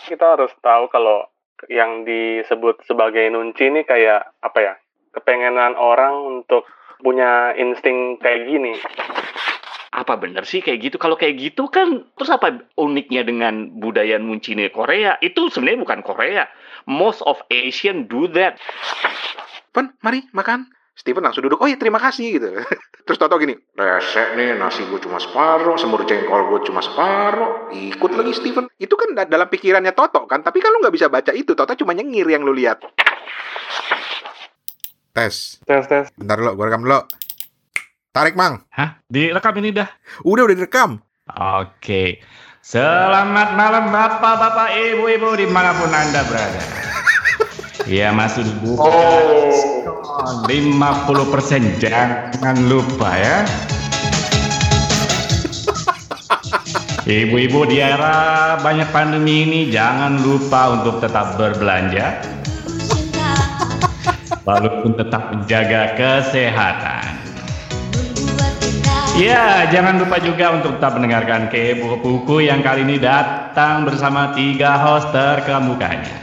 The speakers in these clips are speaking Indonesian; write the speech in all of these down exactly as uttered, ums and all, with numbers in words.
kita harus tahu kalau yang disebut sebagai nunci ini kayak apa ya? Kepengenan orang untuk punya insting kayak gini. Apa bener sih kayak gitu? Kalau kayak gitu kan, terus apa uniknya dengan budaya nunci di Korea? Itu sebenarnya bukan Korea. Most of Asian do that. Pen, mari makan. Steven langsung duduk, oh ya terima kasih gitu. Terus Toto gini, resek nih nasi gue cuma separuh, semur jengkol gue cuma separuh. Ikut lagi Steven. Itu kan da- dalam pikirannya Toto kan, tapi kan lu gak bisa baca itu. Toto cuma nyengir yang lu lihat. Tes. Tes, tes. Bentar lo, gue rekam dulu. Tarik, Mang. Hah? Direkam ini dah? Udah, udah direkam. Oke. Selamat malam bapak-bapak, ibu-ibu dimanapun Anda berada. Ya masih dibuka Oh. lima puluh persen, jangan lupa ya. Ibu-ibu di era banyak pandemi ini jangan lupa untuk tetap berbelanja, walaupun tetap menjaga kesehatan. Ya, jangan lupa juga untuk tetap mendengarkan Kepo Buku yang kali ini datang bersama tiga host terkemukanya.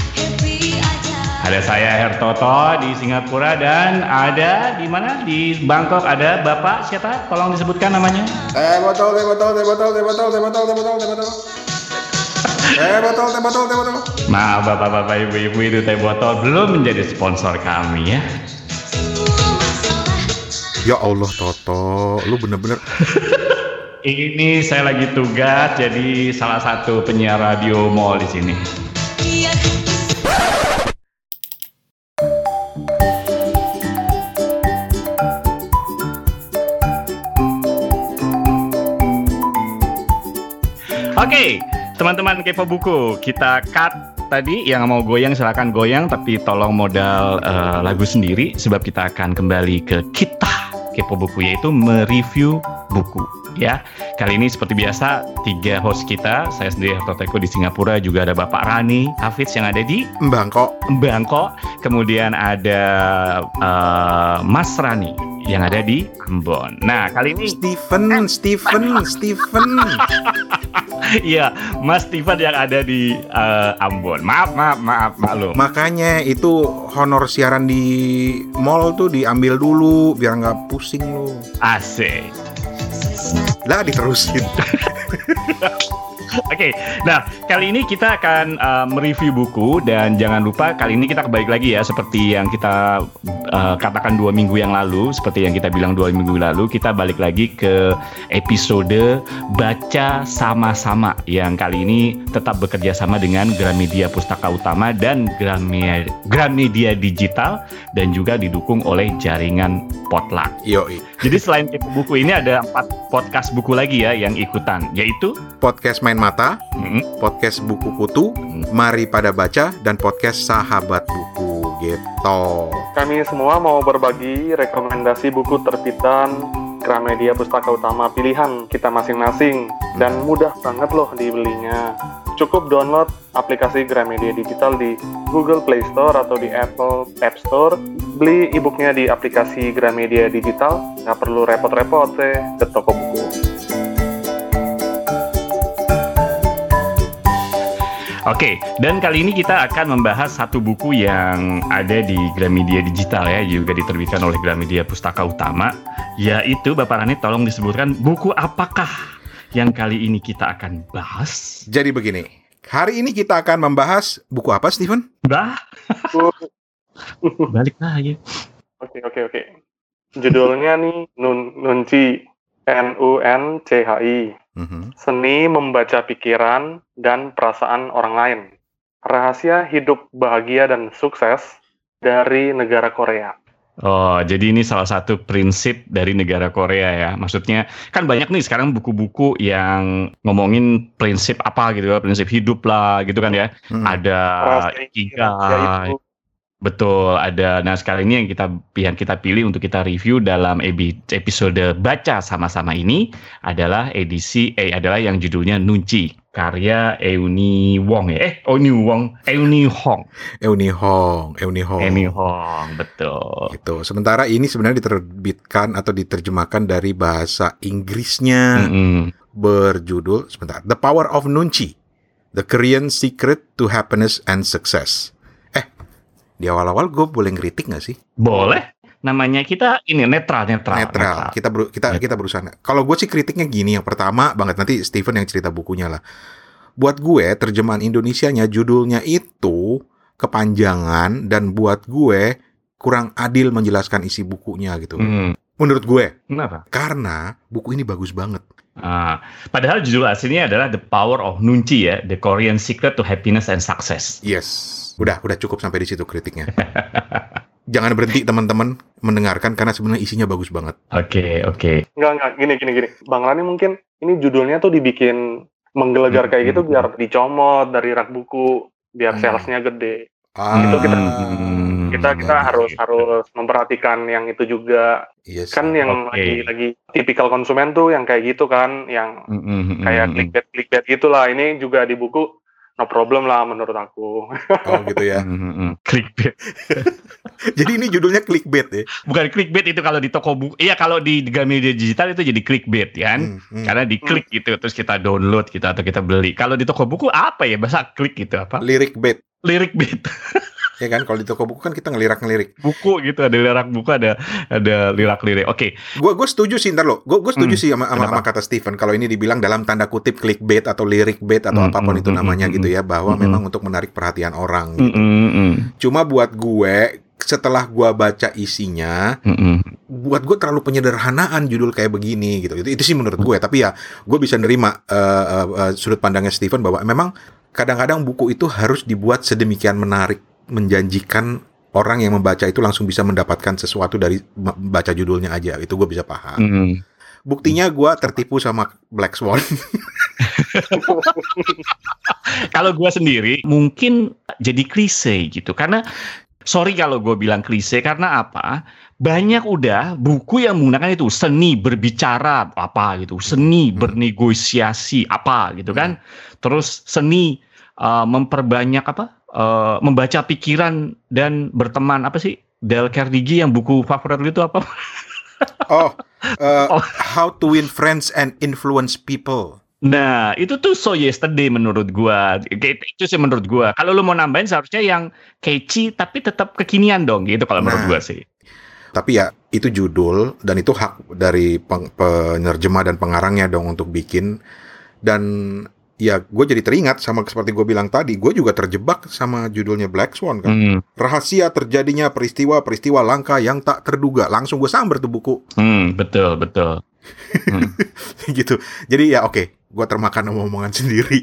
Ada saya Hertoto di Singapura dan ada di mana? Di Bangkok ada Bapak siapa? Tolong disebutkan namanya. Teh botol, teh botol, teh botol, teh botol, teh botol, teh botol, teh botol. Teh botol, teh botol, teh botol. Maaf Bapak-bapak Ibu-ibu, itu teh botol belum menjadi sponsor kami ya. Ya Allah Toto, lu bener-bener. Ini saya lagi tugas jadi salah satu penyiar radio mall di sini. Oke, okay, teman-teman Kepo Buku, kita cut tadi. Yang mau goyang silakan goyang, tapi tolong modal uh, lagu sendiri sebab kita akan kembali ke kita Kepo Buku, yaitu mereview buku. Ya, kali ini seperti biasa tiga host kita, saya sendiri Hertoteko di Singapura, juga ada Bapak Rani Hafiz yang ada di Bangkok. Bangkok, kemudian ada uh, Mas Rani yang ada di Ambon. Nah, kali ini Steven, Steven, Steven. Iya, Mas Steven yang ada di uh, Ambon. Maaf, maaf, maaf, maklum. Makanya itu honor siaran di mall tuh diambil dulu biar nggak pusing lu. Asik. Lah diterusin. Oke, okay, nah kali ini kita akan uh, mereview buku dan jangan lupa kali ini kita kembali lagi ya seperti yang kita uh, katakan dua minggu yang lalu, seperti yang kita bilang dua minggu lalu, kita balik lagi ke episode baca sama-sama yang kali ini tetap bekerja sama dengan Gramedia Pustaka Utama dan Gramedia, Gramedia Digital dan juga didukung oleh jaringan Potluck. Yoi. Jadi selain Kepo Buku ini ada empat podcast buku lagi ya yang ikutan, yaitu Podcast Main Mata, hmm. podcast Buku Kutu, hmm. Mari Pada Baca, dan podcast Sahabat Buku gitu. Kami semua mau berbagi rekomendasi buku terbitan Gramedia Pustaka Utama pilihan kita masing-masing dan mudah banget loh dibelinya. Cukup download aplikasi Gramedia Digital di Google Play Store atau di Apple App Store. Beli e-booknya di aplikasi Gramedia Digital, nggak perlu repot-repot deh ke toko buku. Oke, dan kali ini kita akan membahas satu buku yang ada di Gramedia Digital ya, juga diterbitkan oleh Gramedia Pustaka Utama, yaitu Bapak Rani tolong disebutkan buku apakah yang kali ini kita akan bahas. Jadi begini, hari ini kita akan membahas buku apa, Steven? Bah, balik lagi. Oke, oke, oke. Judulnya nih Nun Nunci, N U N C H I. Mm-hmm. Seni membaca pikiran dan perasaan orang lain. Rahasia hidup bahagia dan sukses dari negara Korea. Oh, jadi ini salah satu prinsip dari negara Korea ya. Maksudnya kan banyak nih sekarang buku-buku yang ngomongin prinsip apa gitu ya, prinsip hidup lah gitu kan ya. Hmm. Ada ikigai. Betul, ada. Nah, sekarang ini yang kita yang kita pilih untuk kita review dalam episode baca sama-sama ini adalah edisi eh adalah yang judulnya Nunci, karya Euni Wong ya. Eh, Euni Wong, Euni Hong. Euni Hong, Euni Hong. Euni Hong, betul. Gitu. Sementara ini sebenarnya diterbitkan atau diterjemahkan dari bahasa Inggrisnya, mm-hmm. berjudul sebentar, The Power of Nunci. The Korean Secret to Happiness and Success. Eh, di awal-awal gue boleh ngeritik nggak sih? Boleh. Namanya kita ini netral, netral. Netral. Kita ber, kita netral. kita berusaha. Kalau gue sih kritiknya gini, yang pertama banget, nanti Steven yang cerita bukunya lah. Buat gue terjemahan Indonesianya judulnya itu kepanjangan dan buat gue kurang adil menjelaskan isi bukunya gitu. Hmm. Menurut gue. Kenapa? Karena buku ini bagus banget. Ah, padahal judul aslinya adalah The Power of Nunci ya, The Korean Secret to Happiness and Success. Yes. Udah, udah cukup sampai di situ kritiknya. Jangan berhenti teman-teman mendengarkan karena sebenarnya isinya bagus banget. Oke, okay, oke. Okay. Enggak, enggak, gini, gini, gini. Bang Rani mungkin ini judulnya tuh dibikin menggelegar kayak gitu biar dicomot dari rak buku, biar salesnya gede. Ah, itu kita hmm, kita kita hmm, harus gitu. harus memperhatikan yang itu juga. Yes. Kan yang Okay. lagi lagi tipikal konsumen tuh yang kayak gitu kan, yang Mm-mm, kayak mm-mm. clickbait clickbait gitulah. Ini juga di buku no problem lah menurut aku. Oh gitu ya. Mm-mm. Clickbait. Jadi ini judulnya clickbait ya. Bukan clickbait itu kalau di toko buku. Iya, kalau di media digital itu jadi clickbait kan. Hmm, hmm. Karena diklik gitu terus kita download gitu atau kita beli. Kalau di toko buku apa ya? Bahasa klik gitu apa? Lirik bait. Lirik bait. Ya kan, kalau di toko buku kan kita ngelirak-ngelirik. Buku gitu, ada lirak buku, ada ada lirak-lirik. Oke. Gue gue setuju sih, ntar lo. Gue gue setuju Hmm, sih sama, sama, kenapa? sama kata Steven. Kalau ini dibilang dalam tanda kutip clickbait atau lirik bait atau Hmm, apapun hmm, itu hmm, namanya hmm, gitu ya, bahwa hmm. memang untuk menarik perhatian orang. Gitu. Mm-mm, Cuma buat gue, setelah gue baca isinya, mm-mm. buat gue terlalu penyederhanaan judul kayak begini gitu. Itu, itu sih menurut gue. Tapi ya, gue bisa nerima uh, uh, uh, sudut pandangnya Steven bahwa memang kadang-kadang buku itu harus dibuat sedemikian menarik, menjanjikan orang yang membaca itu langsung bisa mendapatkan sesuatu dari baca judulnya aja. Itu gue bisa paham. Mm-mm. Buktinya gue tertipu sama Black Swan. Kalau gue sendiri mungkin jadi klise gitu, karena sorry kalau gue bilang klise karena apa? Banyak udah buku yang menggunakan itu seni berbicara apa gitu, seni bernegosiasi apa gitu kan, terus seni uh, memperbanyak apa? Uh, membaca pikiran dan berteman apa sih? Dale Carnegie yang buku favorit lu itu apa? Oh, uh, Oh. How to Win Friends and Influence People. Nah, itu tuh so yesterday menurut gua. Kayak itu sih menurut gua. Kalau lu mau nambahin seharusnya yang catchy tapi tetap kekinian dong gitu kalau menurut Nah. gua sih. Tapi ya itu judul dan itu hak dari peng- penerjemah dan pengarangnya dong untuk bikin. Dan ya gue jadi teringat sama seperti gue bilang tadi, gue juga terjebak sama judulnya Black Swan kan. Hmm, Rahasia terjadinya peristiwa-peristiwa langka yang tak terduga. Langsung gue samber tuh buku. hmm, betul, betul. Hmm. Gitu. Jadi ya oke, gue termakan omongan sendiri.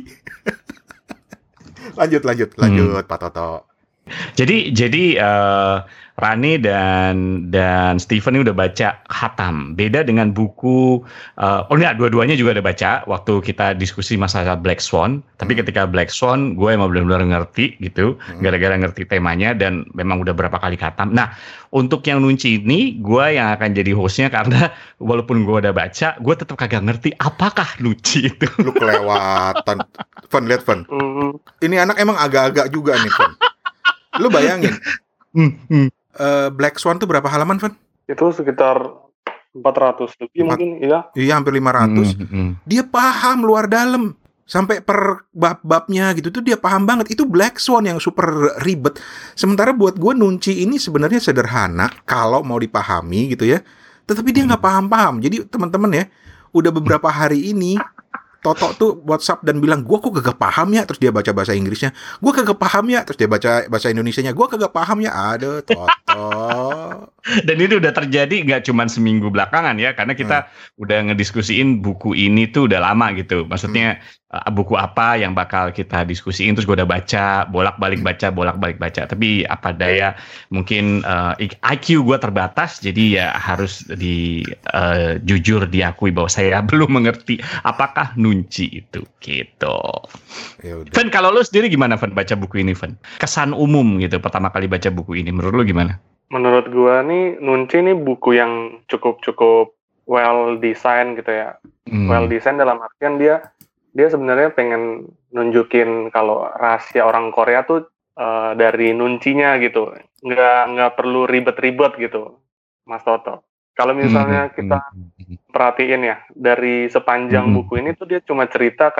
lanjut, lanjut, lanjut, Pak Toto. Jadi jadi uh, Rani dan dan Steven ini udah baca Khatam. Beda dengan buku uh, oh enggak, dua-duanya juga udah baca waktu kita diskusi masalah Black Swan. Tapi ketika Black Swan gue emang benar-benar ngerti gitu, gara-gara ngerti temanya dan memang udah berapa kali khatam. Nah, untuk yang Nunci ini gue yang akan jadi hostnya karena walaupun gue udah baca, gue tetap kagak ngerti apakah Nunci itu. Lu kelewatan. Fun, lihat Fun. Hmm, Ini anak emang agak-agak juga nih Fun. Lu bayangin, Hmm, hmm. uh, Black Swan tuh berapa halaman Fun? itu sekitar empat ratus lebih Empat- mungkin, iya. Iya hampir lima ratus. Hmm, hmm. Dia paham luar dalam. Sampai per bab-babnya gitu tuh dia paham banget. Itu Black Swan yang super ribet. Sementara buat gue Nunci ini sebenarnya sederhana kalau mau dipahami gitu ya. Tetapi dia nggak paham-paham. Jadi teman-teman ya, udah beberapa hari ini Toto tuh WhatsApp dan bilang, gue kok kagak paham ya. Terus dia baca bahasa Inggrisnya. Gue kagak paham ya. Terus dia baca bahasa Indonesianya. Gue kagak paham ya. Aduh Toto. Dan ini udah terjadi nggak cuma seminggu belakangan ya, karena kita udah ngediskusiin buku ini tuh udah lama gitu. Maksudnya uh, buku apa yang bakal kita diskusiin, terus gue udah baca, bolak-balik baca, bolak-balik baca. Tapi apa daya, mungkin uh, I Q gue terbatas, jadi ya harus di uh, jujur diakui bahwa saya belum mengerti apakah Nunci itu gitu. Ya udah. Fen, kalau lu sendiri gimana Fen baca buku ini Fen? Kesan umum gitu pertama kali baca buku ini, menurut lu gimana? Menurut gua nih Nunci ini buku yang cukup-cukup well design gitu ya. Hmm. Well design dalam artian dia dia sebenarnya pengen nunjukin kalau rahasia orang Korea tuh uh, dari nuncinya gitu. Nggak nggak perlu ribet-ribet gitu, Mas Toto. Kalau misalnya Hmm. kita Hmm. perhatiin ya, dari sepanjang Hmm. buku ini tuh dia cuma cerita kayak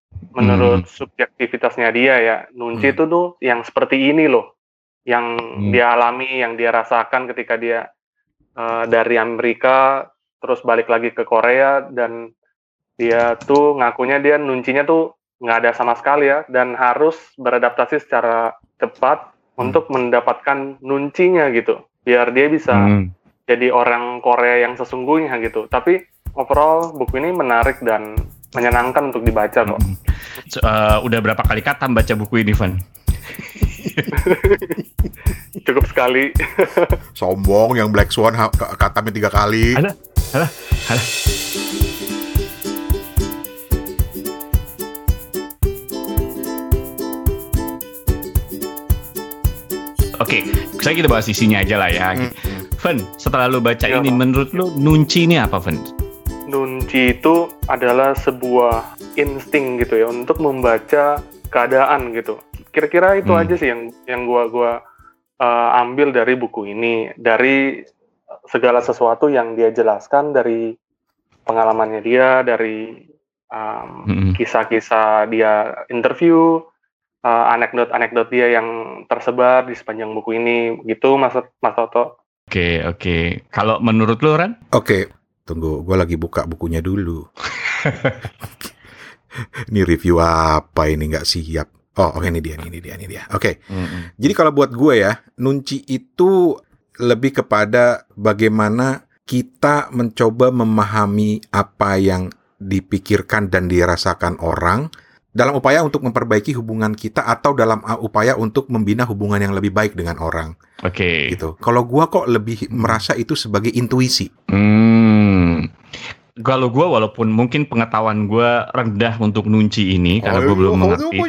menurut Hmm. subjektivitasnya dia ya, nunci Hmm. itu tuh yang seperti ini loh, yang Hmm. dia alami, yang dia rasakan ketika dia eh, dari Amerika terus balik lagi ke Korea, dan dia tuh ngakunya dia nuncinya tuh nggak ada sama sekali ya, dan harus beradaptasi secara cepat Hmm. untuk mendapatkan nuncinya gitu, biar dia bisa Hmm. jadi orang Korea yang sesungguhnya gitu. Tapi overall buku ini menarik dan menyenangkan untuk dibaca kok. Hmm. So, uh, udah berapa kali katam baca buku ini, Van? Cukup sekali. Sombong yang Black Swan ha- k- katamnya tiga kali. Alah, alah, alah. Oke, saya kita bahas isinya aja lah ya. Hmm. Van, setelah lu baca Ya, ini, Pak. menurut lu nunci ini apa, Van? Nunci itu adalah sebuah insting gitu ya untuk membaca keadaan gitu. Kira-kira itu Hmm. aja sih yang yang gua gua uh, ambil dari buku ini, dari segala sesuatu yang dia jelaskan, dari pengalamannya dia, dari um, Hmm. kisah-kisah dia interview, uh, anekdot-anekdot dia yang tersebar di sepanjang buku ini, gitu Mas Mas Toto. Oke, oke. Kalau menurut lu, Ran? Oke, tunggu, gue lagi buka bukunya dulu. Ini review apa ini, nggak siap. Oh, oke, ini dia, ini dia, ini dia. Oke, Hmm. jadi kalau buat gue ya, nunci itu lebih kepada bagaimana kita mencoba memahami apa yang dipikirkan dan dirasakan orang dalam upaya untuk memperbaiki hubungan kita atau dalam uh, upaya untuk membina hubungan yang lebih baik dengan orang. Oke. Gitu. Kalau gua kok lebih merasa itu sebagai intuisi. Hmm. Kalau gue walaupun mungkin pengetahuan gue rendah untuk nunci ini karena gue belum mengerti.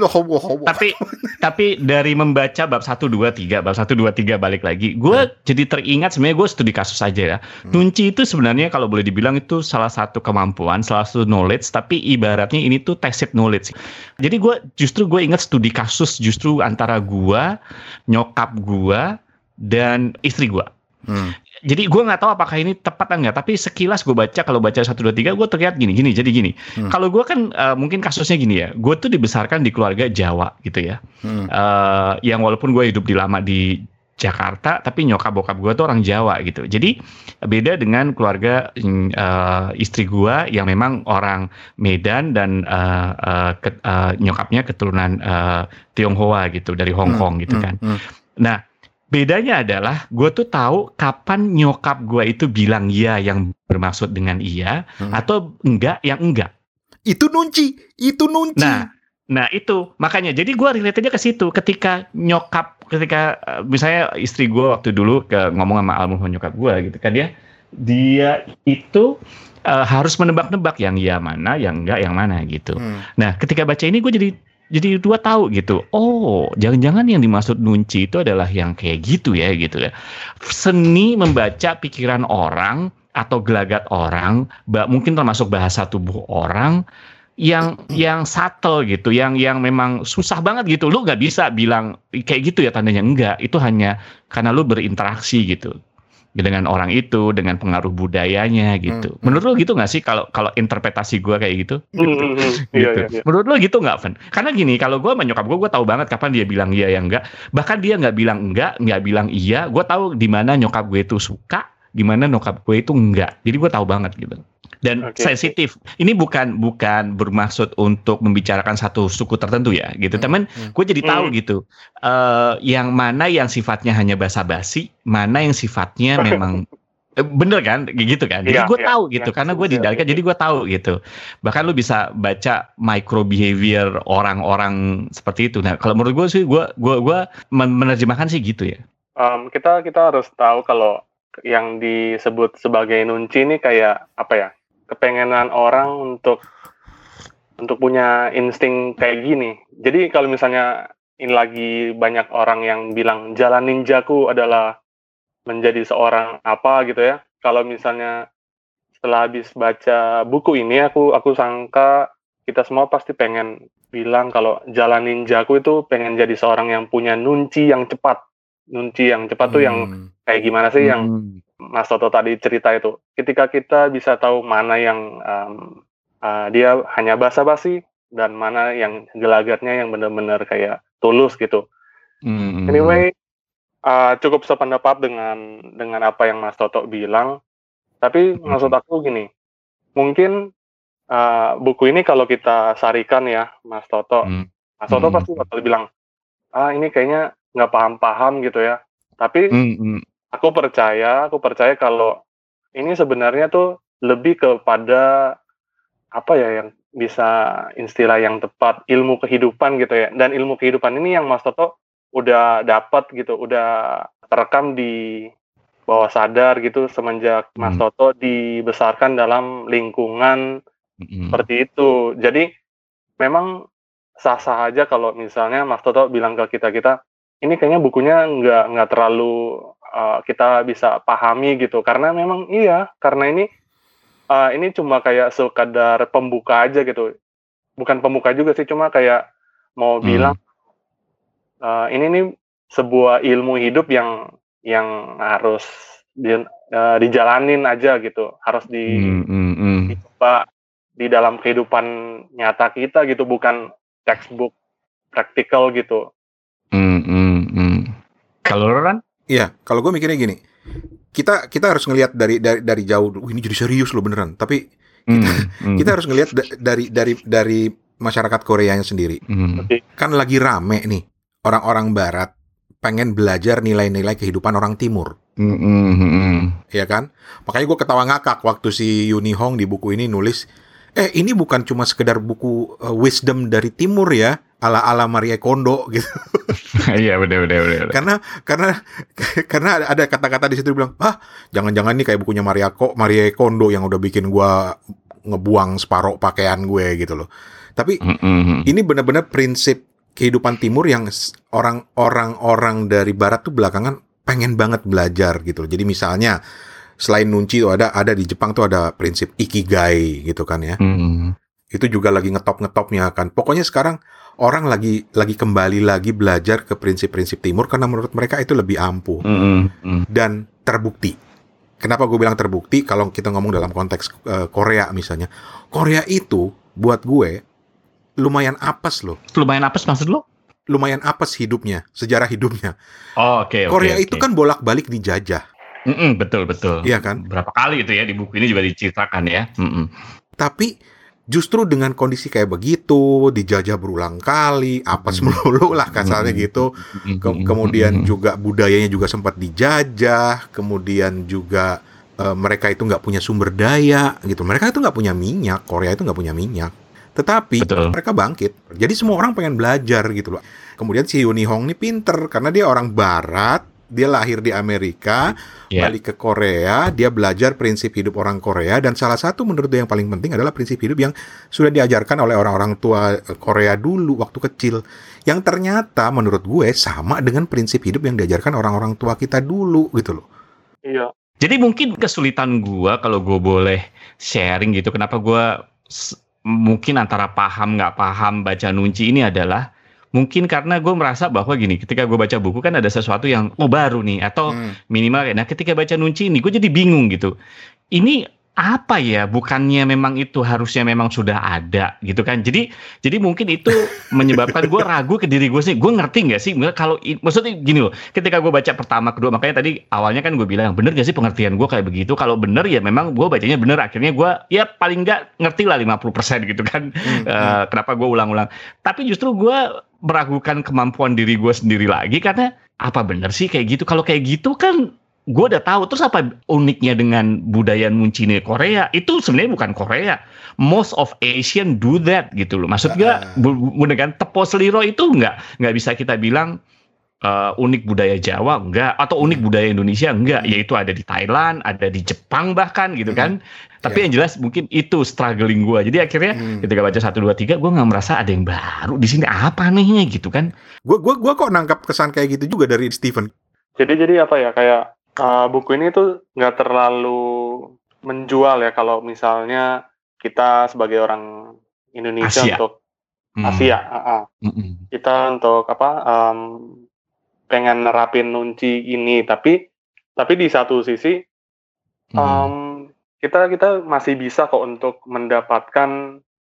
Tapi tapi dari membaca bab satu, dua, tiga, bab satu, dua, tiga balik lagi, gue hmm. jadi teringat sebenarnya gue studi kasus aja ya. Hmm. Nunci itu sebenarnya kalau boleh dibilang itu salah satu kemampuan, salah satu knowledge, tapi ibaratnya ini tuh tacit knowledge. Jadi gue justru gue ingat studi kasus justru antara gue, nyokap gue, dan istri gue. Hmm. Jadi gue nggak tahu apakah ini tepat atau enggak, tapi sekilas gue baca, kalau baca satu, dua, tiga, gue terlihat gini, gini, jadi gini. Hmm. Kalau gue kan uh, mungkin kasusnya gini ya, gue tuh dibesarkan di keluarga Jawa gitu ya. Hmm. Uh, yang walaupun gue hidup di lama di Jakarta, tapi nyokap bokap gue tuh orang Jawa gitu. Jadi beda dengan keluarga uh, istri gue yang memang orang Medan dan uh, uh, ke, uh, nyokapnya keturunan uh, Tionghoa gitu, dari Hong Kong hmm. gitu kan. Hmm. Nah, bedanya adalah gue tuh tahu kapan nyokap gue itu bilang iya yang bermaksud dengan iya hmm. atau enggak yang enggak. Itu nunci, itu nunci. Nah, nah itu makanya jadi gue relate aja ke situ. Ketika nyokap, ketika misalnya istri gue waktu dulu ke ngomong sama almarhum nyokap gue gitu kan, dia dia itu uh, harus menebak-nebak yang iya mana, yang enggak yang mana gitu. Hmm. Nah, ketika baca ini gue jadi Jadi dua tahu gitu, oh jangan-jangan yang dimaksud nunci itu adalah yang kayak gitu ya gitu ya. Seni membaca pikiran orang atau gelagat orang, mungkin termasuk bahasa tubuh orang yang yang subtle gitu, yang yang memang susah banget gitu. Lu nggak bisa bilang kayak gitu ya tandanya, enggak. Itu hanya karena lu berinteraksi gitu dengan orang itu, dengan pengaruh budayanya gitu. Hmm. Menurut lo gitu nggak sih kalau kalau interpretasi gue kayak gitu? gitu. Hmm, gitu. iya, iya, iya. Menurut lo gitu nggak, Van? Karena gini, kalau gue sama nyokap gue, gue tahu banget kapan dia bilang iya yang enggak. Bahkan dia nggak bilang enggak, nggak bilang iya. Gue tahu di mana nyokap gue itu suka, di mana nyokap gue itu enggak. Jadi gue tahu banget gitu. Dan okay. sensitif. Ini bukan bukan bermaksud untuk membicarakan satu suku tertentu ya, gitu. Hmm. Temen, gue jadi tahu hmm. gitu. Uh, yang mana yang sifatnya hanya basa-basi, mana yang sifatnya memang bener kan, gitu kan. Jadi ya, gue ya, tahu gitu, ya, karena gue didalikan. Jadi gue tahu gitu. Bahkan lu bisa baca micro behavior orang-orang seperti itu. Nah, kalau menurut gue sih, gue gue gue menerjemahkan sih gitu ya. Um, kita kita harus tahu kalau yang disebut sebagai nunci ini kayak apa ya? Kepengenan orang untuk untuk punya insting kayak gini. Jadi kalau misalnya ini lagi banyak orang yang bilang jalan ninjaku adalah menjadi seorang apa gitu ya. Kalau misalnya setelah habis baca buku ini, aku aku sangka kita semua pasti pengen bilang kalau jalan ninjaku itu pengen jadi seorang yang punya nunci yang cepat. Nunci yang cepat hmm. tuh yang kayak gimana sih hmm. yang Mas Toto tadi cerita itu. Ketika kita bisa tahu mana yang um, uh, dia hanya basa-basi dan mana yang gelagatnya yang benar-benar kayak tulus gitu. Hmm. Anyway, uh, cukup sependapat dengan dengan apa yang Mas Toto bilang. Tapi Hmm. maksud aku gini, mungkin uh, buku ini kalau kita sarikan ya, Mas Toto, Hmm. Mas Toto Hmm. pasti bakal bilang, ah ini kayaknya nggak paham-paham gitu ya. Tapi Hmm. aku percaya, aku percaya kalau ini sebenarnya tuh lebih kepada apa ya yang bisa istilah yang tepat, ilmu kehidupan gitu ya. Dan ilmu kehidupan ini yang Mas Toto udah dapat gitu, udah terekam di bawah sadar gitu semenjak Mas Hmm. Toto dibesarkan dalam lingkungan Hmm. seperti itu. Jadi memang sah-sah aja kalau misalnya Mas Toto bilang ke kita-kita, ini kayaknya bukunya nggak nggak terlalu uh, kita bisa pahami gitu. Karena memang iya, karena ini uh, ini cuma kayak sekadar pembuka aja gitu. Bukan pembuka juga sih, cuma kayak mau Hmm. bilang uh, ini nih sebuah ilmu hidup yang yang harus di, uh, dijalanin aja gitu, harus di, Hmm. Hmm. Hmm. dicoba di dalam kehidupan nyata kita gitu, bukan textbook praktikal gitu. Hmm. Hmm. Hmm. Kalau lo, Ran? Iya, kalau gue mikirnya gini, kita kita harus ngelihat dari dari dari jauh. Wih, ini jadi serius loh beneran. Tapi kita Hmm. Hmm. kita harus ngelihat da- dari dari dari masyarakat Koreanya sendiri. Hmm. Oke. Kan lagi rame nih orang-orang Barat pengen belajar nilai-nilai kehidupan orang Timur, Hmm. Hmm. Hmm. ya kan? Makanya gue ketawa ngakak waktu si Yuni Hong di buku ini nulis, eh ini bukan cuma sekedar buku uh, wisdom dari Timur ya, ala-ala Marie Kondo gitu. Iya, benar benar benar. karena karena karena ada, ada kata-kata di situ bilang, ah jangan-jangan nih kayak bukunya Marie Ko- Marie Kondo yang udah bikin gua ngebuang separuh pakaian gue gitu loh. Tapi Hmm. Hmm. ini benar-benar prinsip kehidupan Timur yang s- orang-orang orang dari Barat tuh belakangan pengen banget belajar gitu loh. Jadi misalnya selain nunci tuh ada ada di Jepang tuh ada prinsip ikigai gitu kan ya. Hmm. Itu juga lagi ngetop-ngetopnya kan. Pokoknya sekarang orang lagi lagi kembali lagi belajar ke prinsip-prinsip Timur karena menurut mereka itu lebih ampuh Hmm. Hmm. dan terbukti. Kenapa gue bilang terbukti? Kalau kita ngomong dalam konteks uh, Korea misalnya, Korea itu buat gue lumayan apes loh. Lumayan apes maksud lo? Lumayan apes hidupnya, sejarah hidupnya. Oh, oke oke. Korea oke. itu kan bolak-balik dijajah, Mm-mm, betul betul. Iya kan? Berapa kali itu ya di buku ini juga diceritakan ya. Mm-mm. tapi justru dengan kondisi kayak begitu, dijajah berulang kali, apes melulu lah kasarnya gitu. Ke- kemudian juga budayanya juga sempat dijajah, kemudian juga eh, mereka itu nggak punya sumber daya gitu. Mereka itu nggak punya minyak, Korea itu nggak punya minyak. Tetapi Betul. mereka bangkit. Jadi semua orang pengen belajar gitu loh. Kemudian si Yuni Hong ini pinter karena dia orang Barat, dia lahir di Amerika, Ya. balik ke Korea, dia belajar prinsip hidup orang Korea, dan salah satu menurut dia yang paling penting adalah prinsip hidup yang sudah diajarkan oleh orang-orang tua Korea dulu waktu kecil, yang ternyata menurut gue sama dengan prinsip hidup yang diajarkan orang-orang tua kita dulu gitu loh. Iya. Jadi mungkin kesulitan gua kalau gue boleh sharing gitu, kenapa gua s- mungkin antara paham nggak paham baca nunci ini adalah mungkin karena gue merasa bahwa gini, ketika gue baca buku kan ada sesuatu yang oh baru nih atau Hmm. minimal ya. Nah ketika baca nunci ini gue jadi bingung gitu. Ini apa ya? Bukannya memang itu harusnya memang sudah ada gitu kan? Jadi jadi mungkin itu menyebabkan gue ragu ke diri gue sih. Gue ngerti nggak sih? Kalau i- maksudnya gini loh. Ketika gue baca pertama, kedua, makanya tadi awalnya kan gue bilang bener gak sih pengertian gue kayak begitu? Kalau bener ya memang gue bacanya bener. Akhirnya gue ya paling nggak ngerti lah lima puluh persen gitu kan. Hmm, Eh, kenapa gue ulang-ulang? Tapi justru gue meragukan kemampuan diri gue sendiri lagi karena apa bener sih kayak gitu? Kalau kayak gitu kan gue udah tahu. Terus apa uniknya dengan budaya muncine Korea? Itu sebenarnya bukan Korea. Most of Asian do that gitu loh. Maksud gue, Ah. bu- bu- dengan tepo seliro itu nggak nggak bisa kita bilang eh, unik budaya Jawa enggak atau unik budaya Indonesia enggak. Yaitu ada di Thailand, ada di Jepang bahkan gitu kan. Tapi Ya. yang jelas mungkin itu struggling gue. Jadi akhirnya Hmm. ketika baca satu dua tiga gue nggak merasa ada yang baru di sini, apa anehnya gitu kan. Gue gua, gua kok nangkap kesan kayak gitu juga dari Stephen. Jadi jadi apa ya kayak uh, buku ini tuh nggak terlalu menjual ya kalau misalnya kita sebagai orang Indonesia Asia. untuk Hmm. Asia, uh, uh. Mm-mm. kita untuk apa um, pengen nerapin nunci ini, tapi tapi di satu sisi Hmm. um, kita kita masih bisa kok untuk mendapatkan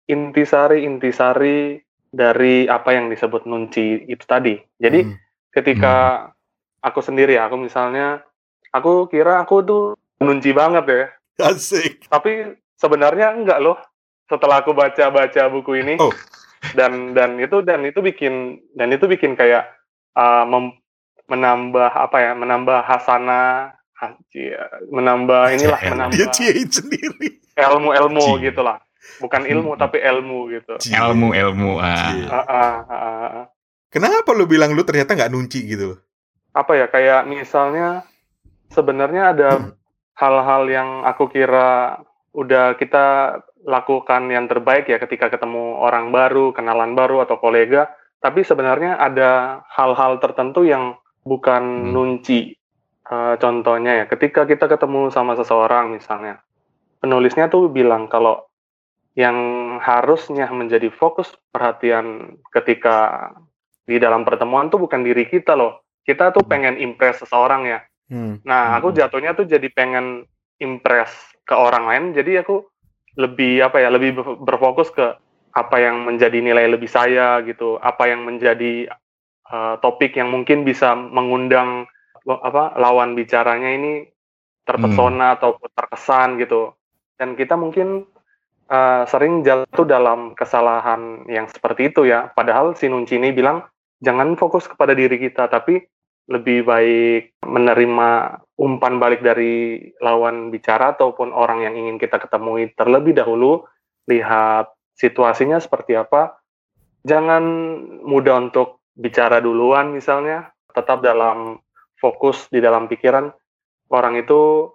intisari-intisari dari apa yang disebut nunci itu tadi. Jadi Hmm. ketika aku sendiri ya, aku misalnya, aku kira aku tuh nunci banget ya. Asik. Tapi sebenarnya enggak loh. Setelah aku baca-baca buku ini, Oh. dan dan itu dan itu bikin dan itu bikin kayak uh, mem- menambah apa ya, menambah hasanah, ha- cia- menambah inilah, Dia menambah ciein sendiri. ilmu-ilmu Cie. gitulah. Bukan ilmu Hmm. tapi ilmu gitu. Ilmu, ilmu. Cie. Ah. Ah, ah, ah, ah. Kenapa lu bilang lu ternyata nggak nunci gitu loh? Apa ya, kayak misalnya sebenarnya ada hal-hal yang aku kira udah kita lakukan yang terbaik ya ketika ketemu orang baru, kenalan baru atau kolega, tapi sebenarnya ada hal-hal tertentu yang bukan Hmm. nunci. Eh, contohnya ya, ketika kita ketemu sama seseorang misalnya, penulisnya tuh bilang kalau yang harusnya menjadi fokus perhatian ketika di dalam pertemuan tuh bukan diri kita loh. Kita tuh pengen impress seseorang ya. Hmm. Nah, aku Hmm. jatuhnya tuh jadi pengen impress ke orang lain, jadi aku lebih apa ya, lebih ber- berfokus ke apa yang menjadi nilai lebih saya gitu, apa yang menjadi uh, topik yang mungkin bisa mengundang lo- apa lawan bicaranya ini terpesona atau terkesan gitu. Dan kita mungkin uh, sering jatuh dalam kesalahan yang seperti itu ya. Padahal si Nunci ini bilang jangan fokus kepada diri kita, tapi lebih baik menerima umpan balik dari lawan bicara ataupun orang yang ingin kita ketemui terlebih dahulu, lihat situasinya seperti apa. Jangan mudah untuk bicara duluan misalnya, tetap dalam fokus di dalam pikiran. Orang itu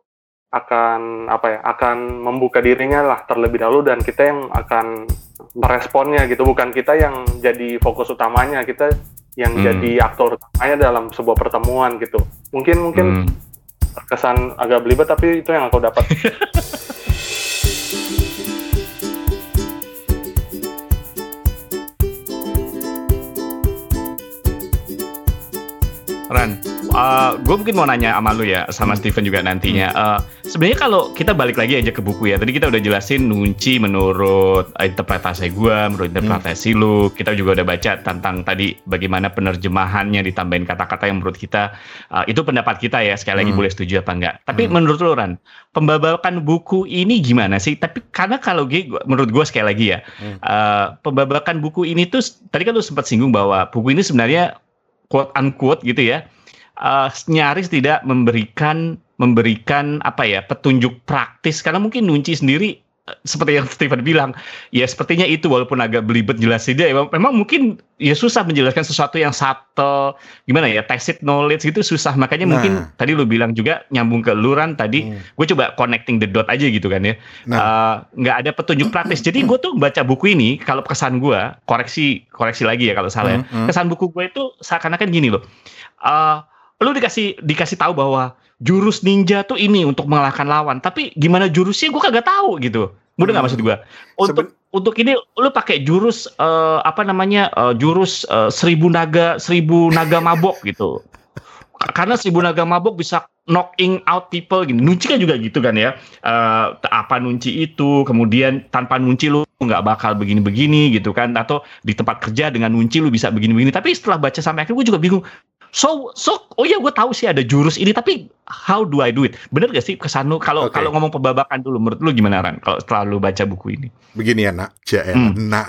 akan apa ya, akan membuka dirinya lah terlebih dahulu dan kita yang akan meresponnya gitu, bukan kita yang jadi fokus utamanya, kita yang Hmm. jadi aktor utamanya dalam sebuah pertemuan gitu. Mungkin mungkin Hmm. terkesan agak belibet, tapi itu yang aku dapat. Ran, gue mungkin mau nanya sama lu ya, sama Steven juga nantinya. Uh, Sebenarnya kalau kita balik lagi aja ke buku ya, tadi kita udah jelasin nunci menurut interpretasi gue, menurut interpretasi hmm. lu. Kita juga udah baca tentang tadi bagaimana penerjemahannya ditambahin kata-kata yang menurut kita uh, itu pendapat kita ya. Sekali lagi hmm. boleh setuju apa enggak. Tapi hmm. menurut lu Ran, pembabakan buku ini gimana sih? Tapi karena kalau gue, menurut gue sekali lagi ya, hmm. uh, pembabakan buku ini tuh tadi kan lu sempat singgung bahwa buku ini sebenarnya quote unquote gitu ya, uh, nyaris tidak memberikan memberikan apa ya petunjuk praktis, karena mungkin Nunci sendiri uh, seperti yang Steven bilang ya, sepertinya itu walaupun agak belibet jelasinnya ya, memang mungkin ya susah menjelaskan sesuatu yang subtle, gimana ya, tacit knowledge gitu susah, makanya nah. mungkin tadi lu bilang juga nyambung ke luran tadi, hmm. gue coba connecting the dot aja gitu kan ya, nggak nah. uh, ada petunjuk praktis. Jadi gue tuh baca buku ini, kalau kesan gue, koreksi koreksi lagi ya kalau salah ya, hmm. kesan buku gue itu seakan-akan gini loh, uh, lu dikasih dikasih tahu bahwa jurus ninja tuh ini untuk mengalahkan lawan, tapi gimana jurusnya gue kagak tahu gitu. Mudah nggak hmm. maksud gue? Untuk Seben- untuk ini lu pakai jurus uh, apa namanya uh, jurus uh, seribu naga seribu naga mabok gitu. Karena seribu naga mabok bisa knocking out people gini. Nunci kan juga gitu kan ya. Uh, apa nunci itu, kemudian tanpa nunci lu nggak bakal begini-begini gitu kan. Atau di tempat kerja dengan nunci lu bisa begini-begini. Tapi setelah baca sampai akhir gue juga bingung. So, so, oh ya gue tahu sih ada jurus ini, tapi how do I do it? Bener gak sih kesan lu? Kalau okay. kalau ngomong pembabakan dulu, menurut lu gimana Ran? Kalau setelah lu baca buku ini? Begini ya nak, Jael, hmm. nak,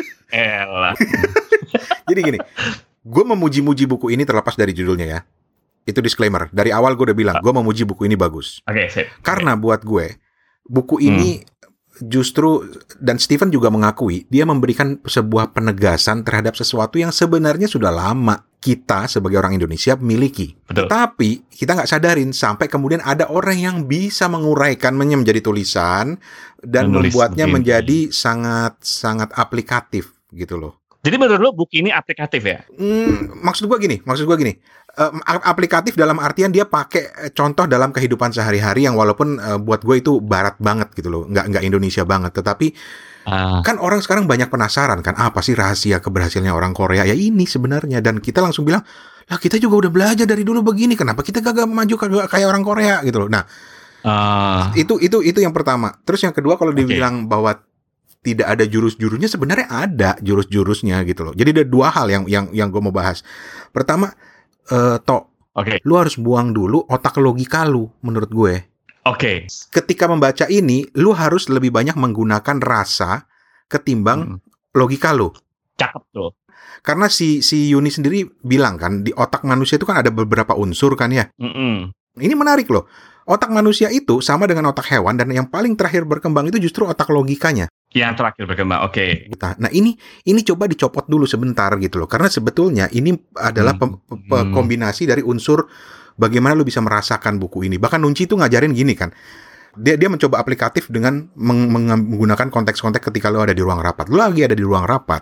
Jael. Jadi gini, gue memuji-muji buku ini terlepas dari judulnya ya. Itu disclaimer. Dari awal gue udah bilang, gue memuji buku ini bagus. Oke, okay, sip. Karena okay. buat gue, buku ini hmm. justru, dan Steven juga mengakui, dia memberikan sebuah penegasan terhadap sesuatu yang sebenarnya sudah lama kita sebagai orang Indonesia miliki. Betul. Tapi kita nggak sadarin sampai kemudian ada orang yang bisa menguraikannya menjadi tulisan dan menulis membuatnya mungkin menjadi sangat-sangat aplikatif gitu loh. Jadi menurut lo buku ini aplikatif ya? Hmm, maksud gue gini, maksud gue gini. Uh, aplikatif dalam artian dia pakai contoh dalam kehidupan sehari-hari yang walaupun uh, buat gue itu barat banget gitu loh, nggak nggak Indonesia banget, tetapi uh. kan orang sekarang banyak penasaran kan apa sih rahasia keberhasilannya orang Korea ya ini sebenarnya, dan kita langsung bilang lah kita juga udah belajar dari dulu begini, kenapa kita gak maju kagak kayak orang Korea gitu loh. Nah uh. itu itu itu yang pertama. Terus yang kedua kalau okay. dibilang bahwa tidak ada jurus-jurusnya, sebenarnya ada jurus-jurusnya gitu loh. Jadi ada dua hal yang yang yang gue mau bahas. Pertama, uh, Tok, Oke. Okay. lu harus buang dulu otak logika lu menurut gue. Oke. Okay. Ketika membaca ini, lu harus lebih banyak menggunakan rasa ketimbang hmm. logika lu. Cakep tuh. Karena si si Yuni sendiri bilang kan, di otak manusia itu kan ada beberapa unsur kan ya. Mm-mm. Ini menarik loh. Otak manusia itu sama dengan otak hewan, dan yang paling terakhir berkembang itu justru otak logikanya. Yang terakhir berkembang, oke. Okay. Nah, ini ini coba dicopot dulu sebentar gitu loh. Karena sebetulnya ini adalah pem, pem, kombinasi dari unsur bagaimana lu bisa merasakan buku ini. Bahkan Nunci itu ngajarin gini kan. Dia dia mencoba aplikatif dengan meng, menggunakan konteks-konteks ketika lu ada di ruang rapat. Lu lagi ada di ruang rapat.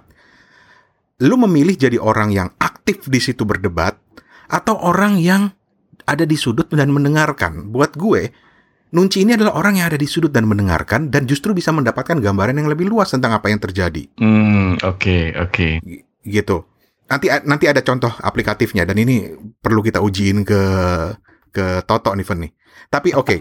Lu memilih jadi orang yang aktif di situ berdebat atau orang yang ada di sudut dan mendengarkan. Buat gue, Nunci ini adalah orang yang ada di sudut dan mendengarkan dan justru bisa mendapatkan gambaran yang lebih luas tentang apa yang terjadi. Hmm, oke, okay, oke. Okay. Gitu. Nanti nanti ada contoh aplikatifnya dan ini perlu kita ujiin ke ke Toto nih, Fen nih. Tapi oke. Okay.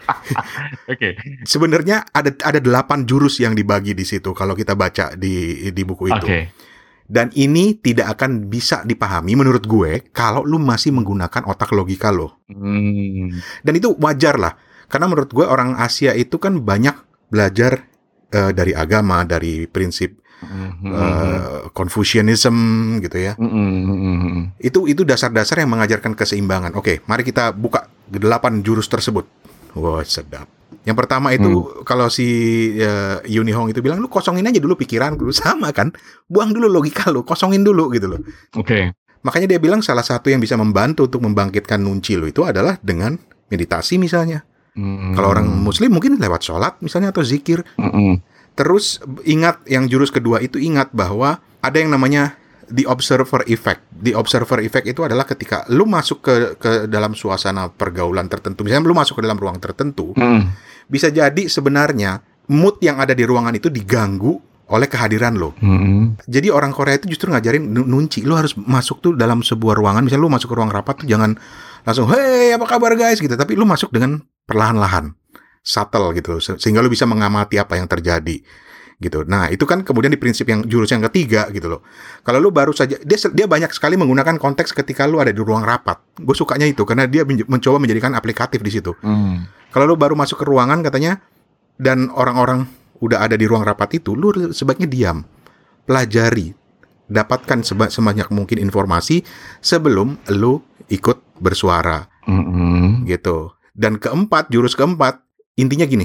Oke. Okay. Sebenarnya ada ada delapan jurus yang dibagi di situ kalau kita baca di di buku itu. Oke. Okay. Dan ini tidak akan bisa dipahami menurut gue kalau lu masih menggunakan otak logika lo. Hmm. Dan itu wajar lah. Karena menurut gue orang Asia itu kan banyak belajar uh, dari agama, dari prinsip mm-hmm. uh, Confucianism gitu ya. Mm-hmm. Itu itu dasar-dasar yang mengajarkan keseimbangan. Oke, mari kita buka delapan jurus tersebut. Wah, sedap. Yang pertama itu hmm. kalau si uh, Yuni Hong itu bilang, lu kosongin aja dulu pikiran lu, sama kan? Buang dulu logika lu, kosongin dulu gitu loh. Oke. Okay. Makanya dia bilang salah satu yang bisa membantu untuk membangkitkan nunci lu itu adalah dengan meditasi misalnya. Hmm. Kalau orang Muslim mungkin lewat sholat misalnya atau zikir. Hmm. Terus ingat yang jurus kedua itu, ingat bahwa ada yang namanya the observer effect. The observer effect itu adalah ketika lu masuk ke ke dalam suasana pergaulan tertentu. Misalnya lu masuk ke dalam ruang tertentu, hmm. bisa jadi sebenarnya mood yang ada di ruangan itu diganggu oleh kehadiran lo. Hmm. Jadi orang Korea itu justru ngajarin nunci. Lu harus masuk tuh dalam sebuah ruangan. Misalnya lu masuk ke ruang rapat tuh jangan langsung, hey apa kabar guys gitu. Tapi lu masuk dengan perlahan-lahan, subtle gitu, sehingga lu bisa mengamati apa yang terjadi. Gitu. Nah, itu kan kemudian di prinsip yang jurus yang ketiga gitu loh. Kalau lu baru saja, dia dia banyak sekali menggunakan konteks ketika lu ada di ruang rapat. Gue sukanya itu karena dia mencoba menjadikan aplikatif di situ. Hmm. Kalau lu baru masuk ke ruangan katanya dan orang-orang udah ada di ruang rapat itu, lu sebaiknya diam, pelajari, dapatkan seba- sebanyak mungkin informasi sebelum lu ikut bersuara. Hmm. Gitu. Dan keempat, jurus keempat, intinya gini.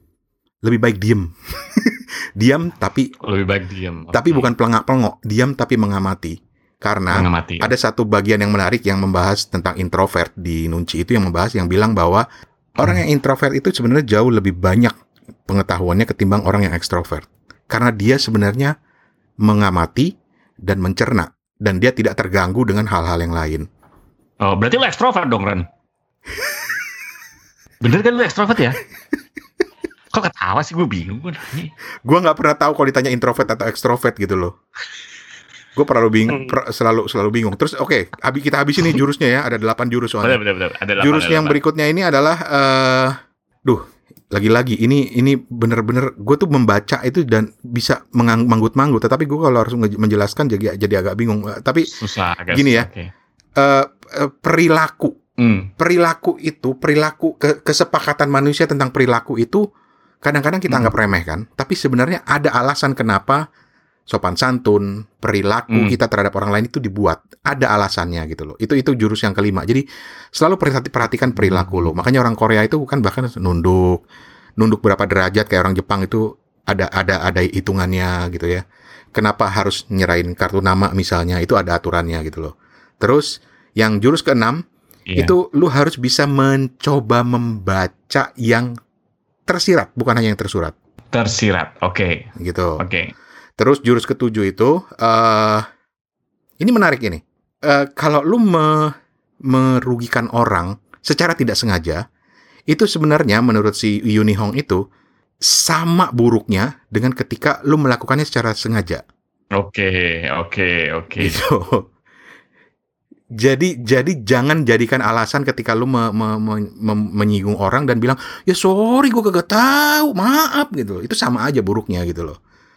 Lebih baik diem. Diam tapi lebih baik diam. Tapi okay. bukan pelengak-pelengok, diam tapi mengamati. Karena mengamati, ya. Ada satu bagian yang menarik yang membahas tentang introvert di Nunci itu, yang membahas yang bilang bahwa hmm. orang yang introvert itu sebenarnya jauh lebih banyak pengetahuannya ketimbang orang yang ekstrovert. Karena dia sebenarnya mengamati dan mencerna dan dia tidak terganggu dengan hal-hal yang lain. Oh, berarti lo ekstrovert dong, Ren? Bener kan lo ekstrovert ya? Kok ketawa sih, gue bingung. Gue gak pernah tahu kalau ditanya introvert atau extrovert gitu loh. Gue perlu bingung, per, selalu selalu bingung. Terus oke, okay, kita habisin nih jurusnya ya. Ada delapan jurus soalnya. Betul, betul, betul. Ada delapan, jurus ada yang delapan. Berikutnya ini adalah, uh, duh, lagi-lagi ini ini bener-bener gue tuh membaca itu dan bisa mengang, manggut-manggut. Tetapi gue kalau harus menjelaskan jadi jadi agak bingung. Uh, tapi susah, agak gini ya, okay. uh, uh, perilaku, hmm. perilaku itu perilaku ke, kesepakatan manusia tentang perilaku itu. Kadang-kadang kita anggap remeh kan, tapi sebenarnya ada alasan kenapa sopan santun, perilaku hmm. kita terhadap orang lain itu dibuat. Ada alasannya gitu loh. Itu itu jurus yang kelima. Jadi selalu perhatikan perilaku lo. Makanya orang Korea itu kan bahkan nunduk, nunduk berapa derajat, kayak orang Jepang itu ada ada ada hitungannya gitu ya. Kenapa harus nyerahin kartu nama misalnya, itu ada aturannya gitu loh. Terus yang jurus keenam yeah. itu lu harus bisa mencoba membaca yang tersirat, bukan hanya yang tersurat. Tersirat, oke. Okay. Gitu. Oke. Okay. Terus jurus ketujuh itu, uh, ini menarik ini. Uh, kalau lu me, merugikan orang secara tidak sengaja, itu sebenarnya menurut si Yuni Hong itu sama buruknya dengan ketika lu melakukannya secara sengaja. Oke, okay, oke, okay, oke. Okay. Gitu. Jadi jadi jangan jadikan alasan ketika lu me, me, me, me, menyinggung orang dan bilang, ya sorry gue kagak tahu, maaf gitu loh. Itu sama aja buruknya gitu loh.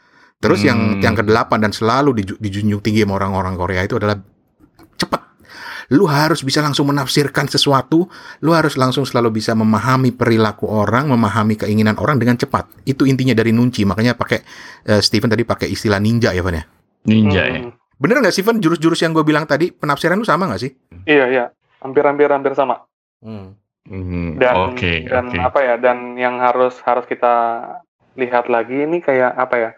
Terus Hmm. yang yang kedelapan dan selalu diju- dijunjung tinggi sama orang-orang Korea itu adalah cepat. Lu harus bisa langsung menafsirkan sesuatu, lu harus langsung selalu bisa memahami perilaku orang, memahami keinginan orang dengan cepat. Itu intinya dari nunci, makanya pakai eh, Steven tadi pakai istilah ninja ya, Van ya. Ninja ya. Hmm. Bener nggak Steven, jurus-jurus yang gue bilang tadi, penafsiran lu sama nggak sih? Iya, iya. Hampir-hampir hampir sama. Hmm. Hmm, Dan Oke, dan oke. apa ya? Dan yang harus harus kita lihat lagi ini kayak apa ya?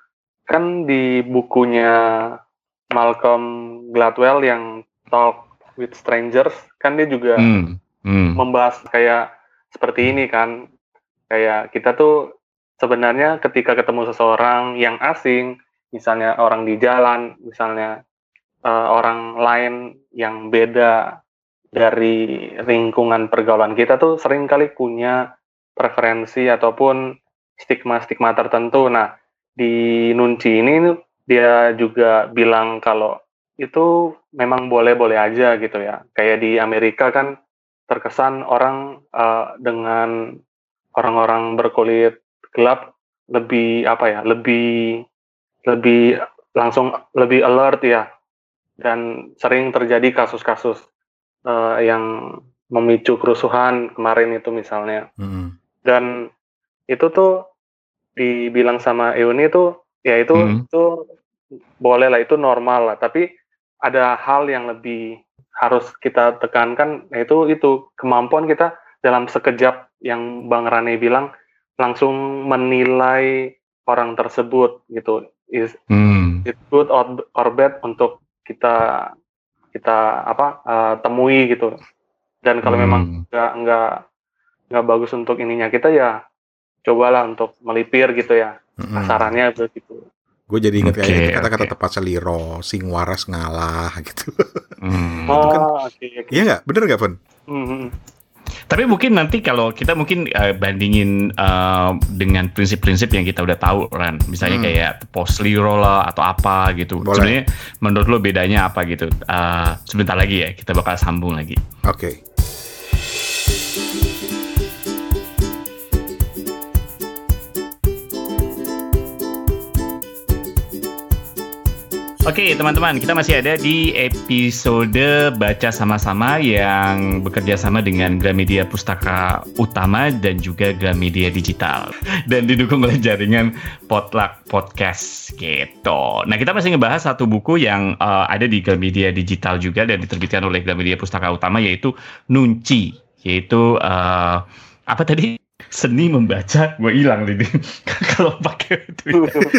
Kan di bukunya Malcolm Gladwell yang Talk with Strangers, kan dia juga Hmm, hmm, membahas kayak seperti ini kan. Kayak kita tuh sebenarnya ketika ketemu seseorang yang asing, misalnya orang di jalan, misalnya eh, orang lain yang beda dari lingkungan pergaulan kita tuh sering kali punya preferensi ataupun stigma-stigma tertentu. Nah, di Nunci ini dia juga bilang kalau itu memang boleh-boleh aja gitu ya. Kayak di Amerika kan terkesan orang eh, dengan orang-orang berkulit gelap lebih apa ya, lebih lebih langsung lebih alert ya, dan sering terjadi kasus-kasus eh, yang memicu kerusuhan kemarin itu misalnya. Hmm. Dan itu tuh dibilang sama Euni tuh ya itu Hmm. itu boleh lah, itu normal lah, tapi ada hal yang lebih harus kita tekankan, yaitu itu kemampuan kita dalam sekejap yang Bang Rane bilang langsung menilai orang tersebut gitu. Is hmm. it good or, or bad untuk kita kita apa eh, temui gitu. Dan kalau memang Hmm. nggak nggak nggak bagus untuk ininya kita, ya cobalah untuk melipir gitu ya. Hmm. Kasarannya begitu. Gue jadi ingat kayak Oke, itu kata-kata oke. tepat seliro, sing waras ngalah gitu. Hmm. Itu kan- Oh, oke oke. Iya nggak? Bener nggak, Van? Mhm. Tapi mungkin nanti kalau kita mungkin eh, bandingin eh, dengan prinsip-prinsip yang kita udah tahu, Ran, misalnya Hmm. kayak posliro lah atau apa gitu. Boleh. Sebenarnya menurut lo bedanya apa gitu? Eh, sebentar lagi ya kita bakal sambung lagi. Oke. Oke teman-teman, kita masih ada di episode Baca Sama-sama yang bekerja sama dengan Gramedia Pustaka Utama dan juga Gramedia Digital. Dan didukung oleh jaringan Potluck Podcast gitu. Nah kita masih ngebahas satu buku yang uh, ada di Gramedia Digital juga dan diterbitkan oleh Gramedia Pustaka Utama, yaitu Nunci. Yaitu uh, apa tadi? Seni membaca, gue hilang tadi. Kalau pakai itu.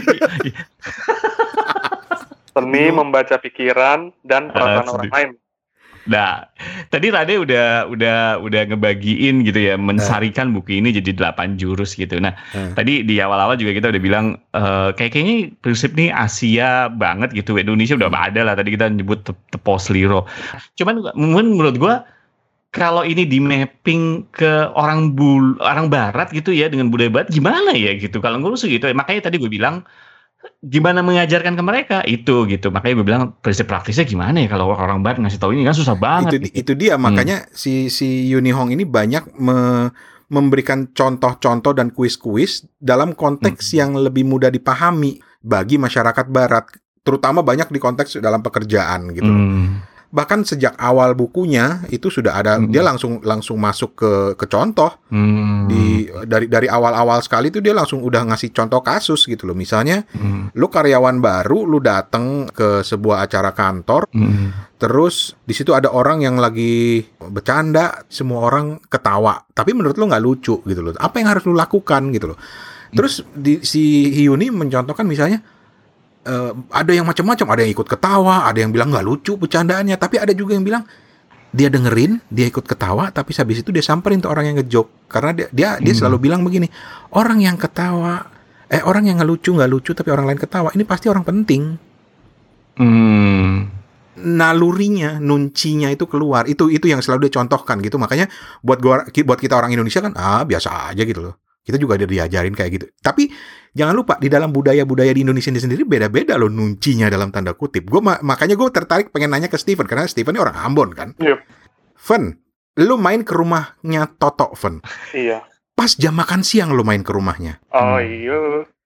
Seni membaca pikiran dan perasaan Ah, orang sedih. lain. Nah, tadi Rade udah udah udah ngebagiin gitu ya, mensarikan buku ini jadi delapan jurus gitu. Nah, Hmm. tadi di awal-awal juga kita udah bilang eh, kayak kayaknya prinsip nih Asia banget gitu. Indonesia udah ada lah. Tadi kita nyebut te- teposliro. Cuman mungkin menurut gua kalau ini di mapping ke orang bul orang barat gitu ya dengan budaya barat gimana ya gitu. Kalau gue sih gitu. Makanya tadi gue bilang gimana mengajarkan ke mereka itu gitu. Makanya gue bilang prinsip praktisnya gimana ya kalau orang barat ngasih tahu ini kan susah banget. Itu gitu. itu dia makanya si si Yuni Hong ini banyak me- memberikan contoh-contoh dan kuis-kuis dalam konteks Hmm. yang lebih mudah dipahami bagi masyarakat barat, terutama banyak di konteks dalam pekerjaan gitu. Hmm. Bahkan sejak awal bukunya itu sudah ada, Hmm. dia langsung langsung masuk ke ke contoh. Hmm. Di dari dari awal-awal sekali itu dia langsung udah ngasih contoh kasus gitu loh. Misalnya Hmm. lu karyawan baru, lu datang ke sebuah acara kantor, Hmm. terus di situ ada orang yang lagi bercanda, semua orang ketawa, tapi menurut lu nggak lucu gitu loh. Apa yang harus lu lakukan gitu loh. Terus di, si Hyuni mencontohkan misalnya eh, ada yang macam-macam, ada yang ikut ketawa, ada yang bilang nggak lucu bercandaannya, tapi ada juga yang bilang dia dengerin, dia ikut ketawa, tapi habis itu dia samperin tuh orang yang ngejoke, karena dia dia, dia Hmm. selalu bilang begini, orang yang ketawa, eh orang yang nggak lucu nggak lucu tapi orang lain ketawa, ini pasti orang penting. Hmm. Nalurinya, nuncinya itu keluar, itu itu yang selalu dia contohkan gitu. Makanya buat gua, buat kita orang Indonesia kan ah biasa aja gitu loh, kita juga ada diajarin kayak gitu. Tapi jangan lupa di dalam budaya-budaya di Indonesia ini sendiri beda-beda loh nuncinya dalam tanda kutip. Gua ma- makanya gue tertarik pengen nanya ke Steven, karena Steven ini orang Ambon kan. Yep. Fen, lu main ke rumahnya Toto, Fen. Iya. Pas jam makan siang lu main ke rumahnya. Oh Hmm. iya.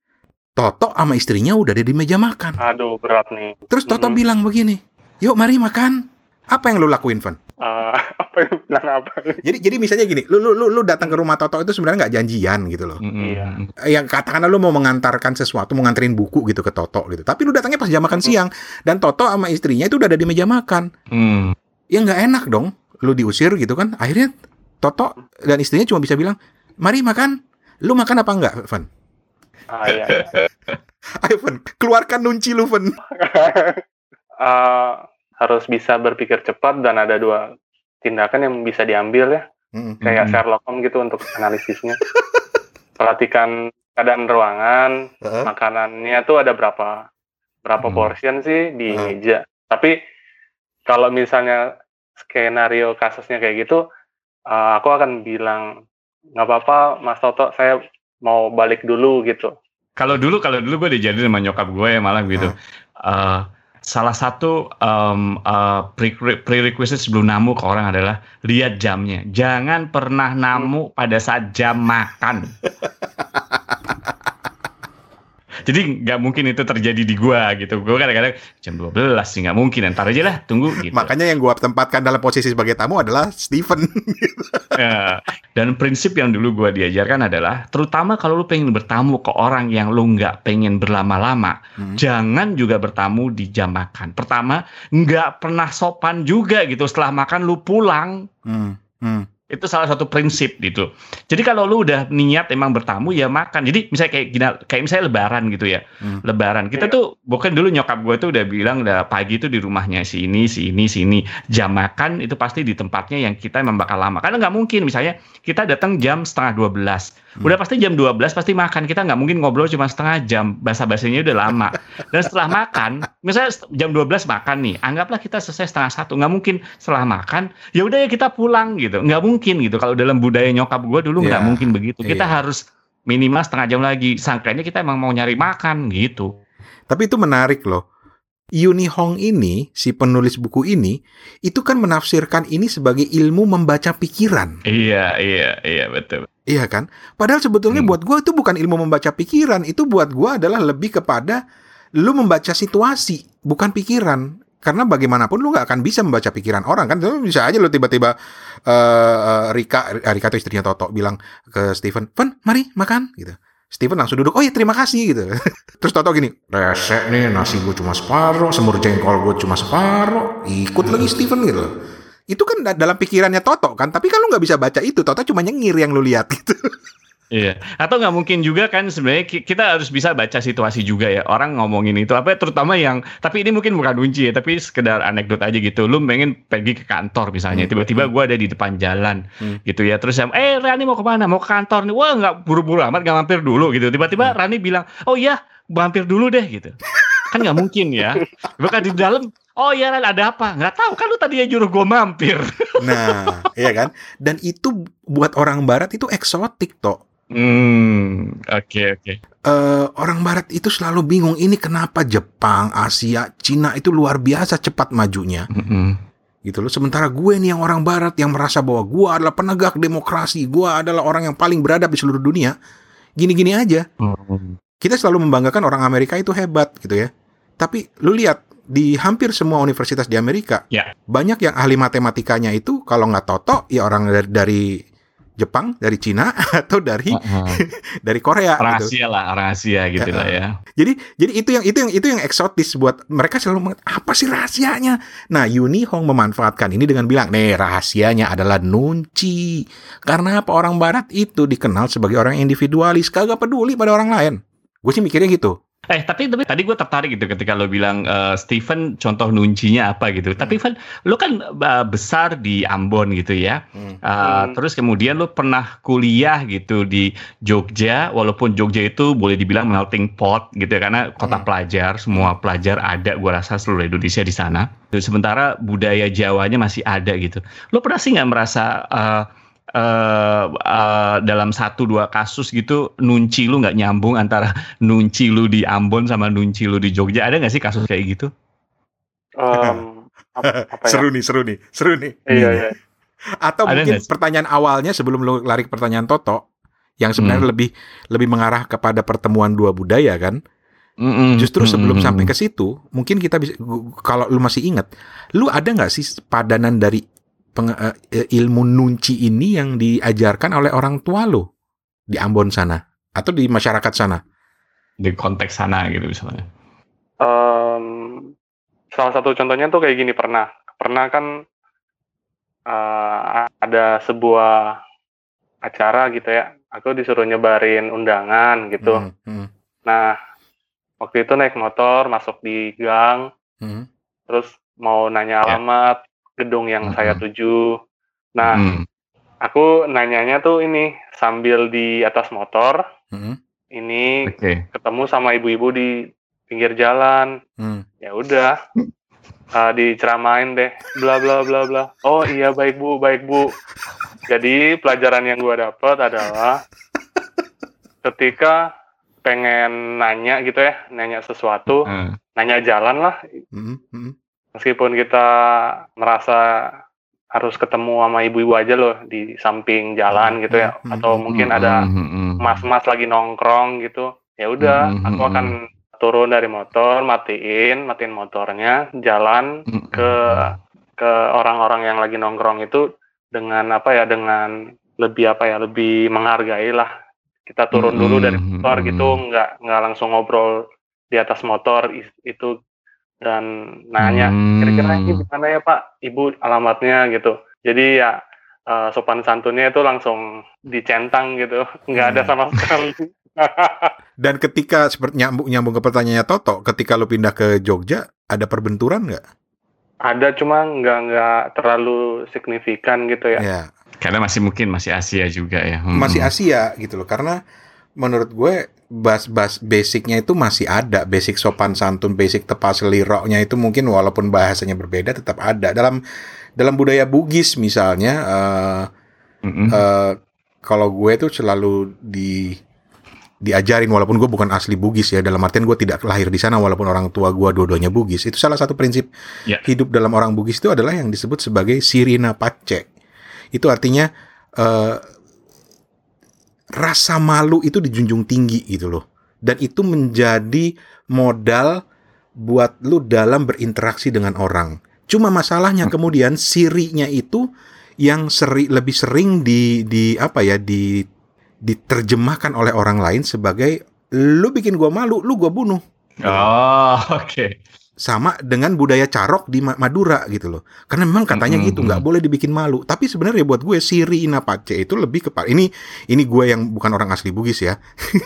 Toto sama istrinya udah ada di meja makan. Aduh, berat nih. Terus Toto Mm-hmm. bilang begini, yuk mari makan. Apa yang lu lakuin, Van? Uh, apa yang bilang apa? Jadi jadi misalnya gini, lu lu lu, lu datang ke rumah Toto itu sebenarnya nggak janjian gitu loh. Mm-mm. Iya. Yang katakanlah lu mau mengantarkan sesuatu, mau nganterin buku gitu ke Toto gitu. Tapi lu datangnya pas jam makan siang dan Toto sama istrinya itu udah ada di meja makan. Mm. Ya nggak enak dong, lu diusir gitu kan. Akhirnya Toto dan istrinya cuma bisa bilang, mari makan. Lu makan apa enggak, Van? Ah, iya, iya. Ayo, Van, keluarkan nunci lu, Van. Uh, harus bisa berpikir cepat dan ada dua tindakan yang bisa diambil ya. Mm-mm. Kayak Mm-mm. Sherlock Holmes gitu untuk analisisnya. Perhatikan keadaan ruangan, Heeh. makanannya tuh ada berapa berapa Hmm. portion sih di Hmm. meja. Tapi kalau misalnya skenario kasusnya kayak gitu, uh, aku akan bilang nggak apa-apa Mas Toto, saya mau balik dulu gitu. Kalau dulu, kalau dulu gue dijadiin sama nyokap gue ya malah gitu. Uh, salah satu um, uh, pre- prerequisite sebelum namu ke orang adalah lihat jamnya. Jangan pernah namu pada saat jam makan. Jadi nggak mungkin itu terjadi di gua gitu. Gua kadang-kadang jam dua belas sih nggak mungkin. Ntar aja lah, tunggu gitu. Makanya yang gua tempatkan dalam posisi sebagai tamu adalah Steven. Ya, dan prinsip yang dulu gua diajarkan adalah, terutama kalau lu pengen bertamu ke orang yang lu nggak pengen berlama-lama, Hmm. jangan juga bertamu di jam makan. Pertama, nggak pernah sopan juga gitu. Setelah makan lu pulang. Hmm. Hmm. Itu salah satu prinsip gitu. Jadi kalau lu udah niat emang bertamu ya makan. Jadi misalnya kayak gini, kayak misalnya lebaran gitu ya. Hmm. Lebaran. Kita tuh bukan dulu nyokap gue tuh udah bilang udah pagi tuh di rumahnya si ini, si ini, si ini. Jam makan itu pasti di tempatnya yang kita emang bakal lama. Karena nggak mungkin misalnya kita datang jam setengah dua belas. Udah pasti jam dua belas pasti makan. Kita nggak mungkin ngobrol cuma setengah jam. Basa-basinya udah lama. Dan setelah makan, misalnya jam dua belas makan nih. Anggaplah kita selesai setengah satu. Nggak mungkin setelah makan, ya udah ya kita pulang gitu. Nggak mungkin gitu. Kalau dalam budaya nyokap gue dulu nggak Iya, mungkin begitu. Kita iya. harus minimal setengah jam lagi. Sangkanya kita emang mau nyari makan gitu. Tapi itu menarik loh. Yuni Hong ini, si penulis buku ini, itu kan menafsirkan ini sebagai ilmu membaca pikiran. Iya, iya, iya betul. Iya kan? Padahal sebetulnya Hmm. buat gue itu bukan ilmu membaca pikiran. Itu buat gue adalah lebih kepada lu membaca situasi, bukan pikiran. Karena bagaimanapun lu gak akan bisa membaca pikiran orang kan. Lu bisa aja lu tiba-tiba uh, Rika, Rika itu istrinya Toto bilang ke Steven, Van, mari makan gitu. Steven langsung duduk, oh ya terima kasih gitu. Terus Toto gini, resek nih nasi gue cuma separuh, semur jengkol gue cuma separuh, ikut lagi Steven gitu. Itu kan da- dalam pikirannya Toto kan, tapi kan lu nggak bisa baca itu, Toto cuma nyengir yang lu lihat gitu. Iya, atau nggak mungkin juga kan sebenarnya ki- kita harus bisa baca situasi juga ya. Orang ngomongin itu apa, terutama yang, tapi ini mungkin bukan kunci ya, tapi sekedar anekdot aja gitu. Lu pengen pergi ke kantor misalnya, Hmm. tiba-tiba gue ada di depan jalan Hmm. gitu ya. Terus yang, eh Rani mau kemana? Mau ke kantor nih? Wah nggak buru-buru amat, nggak mampir dulu gitu. Tiba-tiba Rani bilang, oh iya mampir dulu deh gitu. Kan nggak mungkin ya. Bahkan di dalam, oh iya Ran ada apa? Nggak tahu kan lu tadi ya nyuruh gue mampir. Nah, iya kan? Dan itu buat orang barat itu eksotik, Tok. Hmm, oke oke. Eh, orang barat itu selalu bingung ini kenapa Jepang, Asia, Cina itu luar biasa cepat majunya Mm-mm. gitu loh. Sementara gue nih yang orang barat yang merasa bahwa gue adalah penegak demokrasi, gue adalah orang yang paling beradab di seluruh dunia. Gini-gini aja. Hmm. Kita selalu membanggakan orang Amerika itu hebat gitu ya. Tapi lu lihat di hampir semua universitas di Amerika, Ya. banyak yang ahli matematikanya itu kalau nggak Toto ya orang dari, dari Jepang, dari Cina atau dari Uh-huh. dari Korea Orang gitu. Asia lah, orang Asia gitu Ya, lah ya. Jadi jadi itu yang itu yang itu yang eksotis buat mereka selalu meng- apa sih rahasianya? Nah, Yuni Hong memanfaatkan ini dengan bilang, "Nih, rahasianya adalah nunci." Karena apa orang barat itu dikenal sebagai orang individualis, kagak peduli pada orang lain. Gue sih mikirnya gitu. Eh tapi tapi tadi gue tertarik gitu ketika lo bilang eh, Steven contoh nuncinya apa gitu. Tapi Van, lo kan eh, besar di Ambon gitu ya. Hmm. Eh, Hmm. Terus kemudian lo pernah kuliah gitu di Jogja, walaupun Jogja itu boleh dibilang melting pot gitu ya, karena kota Hmm. pelajar, semua pelajar ada, gue rasa seluruh Indonesia di sana. Sementara budaya Jawanya masih ada gitu. Lo pernah sih nggak merasa eh, eh, eh, dalam satu dua kasus gitu nunci lu nggak nyambung antara nunci lu di Ambon sama nunci lu di Jogja? Ada nggak sih kasus kayak gitu? Um, ap- apa ya? Seru nih, seru nih, seru nih. Iya, iya. Atau Ada mungkin nggak sih? pertanyaan awalnya sebelum lo lari ke pertanyaan Toto, yang sebenarnya Hmm. lebih lebih mengarah kepada pertemuan dua budaya kan. Mm-mm. Justru sebelum Mm-mm. sampai ke situ, mungkin kita bisa, gu- kalau lu masih ingat, lu ada nggak sih padanan dari peng- eh, ilmu nunci ini yang diajarkan oleh orang tua lu di Ambon sana atau di masyarakat sana? Di konteks sana gitu misalnya. Em, salah satu contohnya tuh kayak gini, pernah pernah kan eh, ada sebuah acara gitu ya, aku disuruh nyebarin undangan gitu. Hmm, hmm, Nah, waktu itu naik motor masuk di gang, hmm, terus mau nanya Ya. alamat gedung yang saya Mm-mm. tuju. Nah, Mm. aku nanyanya tuh ini sambil di atas motor, hmm, ini Oke. ketemu sama ibu-ibu di pinggir jalan. hmm. Ya udah, eh, diceramain deh, bla bla bla bla. Oh iya, baik bu, baik bu. Jadi pelajaran yang gue dapet adalah ketika pengen nanya gitu ya, nanya sesuatu, Eh. nanya jalan lah, Hmm, hmm, meskipun kita merasa harus ketemu sama ibu-ibu aja loh di samping jalan gitu ya, Hmm, atau hmm, mungkin Mm-mm. ada Mm-mm. mas-mas lagi nongkrong gitu, ya udah, Mm-mm. aku akan turun dari motor, matiin, matiin motornya, jalan Mm-mm. ke ke orang-orang yang lagi nongkrong itu dengan apa ya, dengan lebih apa ya, lebih menghargai lah. Kita turun dulu dari motor Mm-mm. gitu, nggak nggak langsung ngobrol di atas motor is- itu, dan nanya kira-kira ini di mana ya Pak, Ibu alamatnya gitu. Jadi ya eh, sopan santunnya itu langsung dicentang gitu, nggak ada sama sekali. Dan ketika seperti nyambung nyambung ke pertanyaannya Toto, ketika lu pindah ke Jogja, ada perbenturan nggak? Ada, cuma nggak nggak terlalu signifikan gitu ya. Ya, Karena masih mungkin masih Asia juga ya. Mm-mm. masih Asia gitu loh. Karena menurut gue bas-bas basicnya itu masih ada, basic sopan santun, basic tepa seliroknya itu mungkin walaupun bahasanya berbeda tetap ada dalam dalam budaya Bugis misalnya. eh, Mm-mm. eh, kalau gue tuh selalu di diajarin, walaupun gue bukan asli Bugis ya, dalam artian gue tidak lahir di sana walaupun orang tua gue dua-duanya Bugis. Itu salah satu prinsip Ya. hidup dalam orang Bugis itu adalah yang disebut sebagai sirina pace. Itu artinya eh, rasa malu itu dijunjung tinggi gitu loh. Dan itu menjadi modal buat lu dalam berinteraksi dengan orang. Cuma masalahnya kemudian sirinya itu yang seri, lebih sering di di apa ya di diterjemahkan oleh orang lain sebagai lu bikin gua malu, lu gua bunuh. Oh, oke. Sama dengan budaya carok di Ma- Madura gitu loh. Karena memang katanya Mm-mm. gitu, nggak boleh dibikin malu. Tapi sebenarnya buat gue Siri Inapace itu lebih kepada ini ini gue yang bukan orang asli Bugis ya.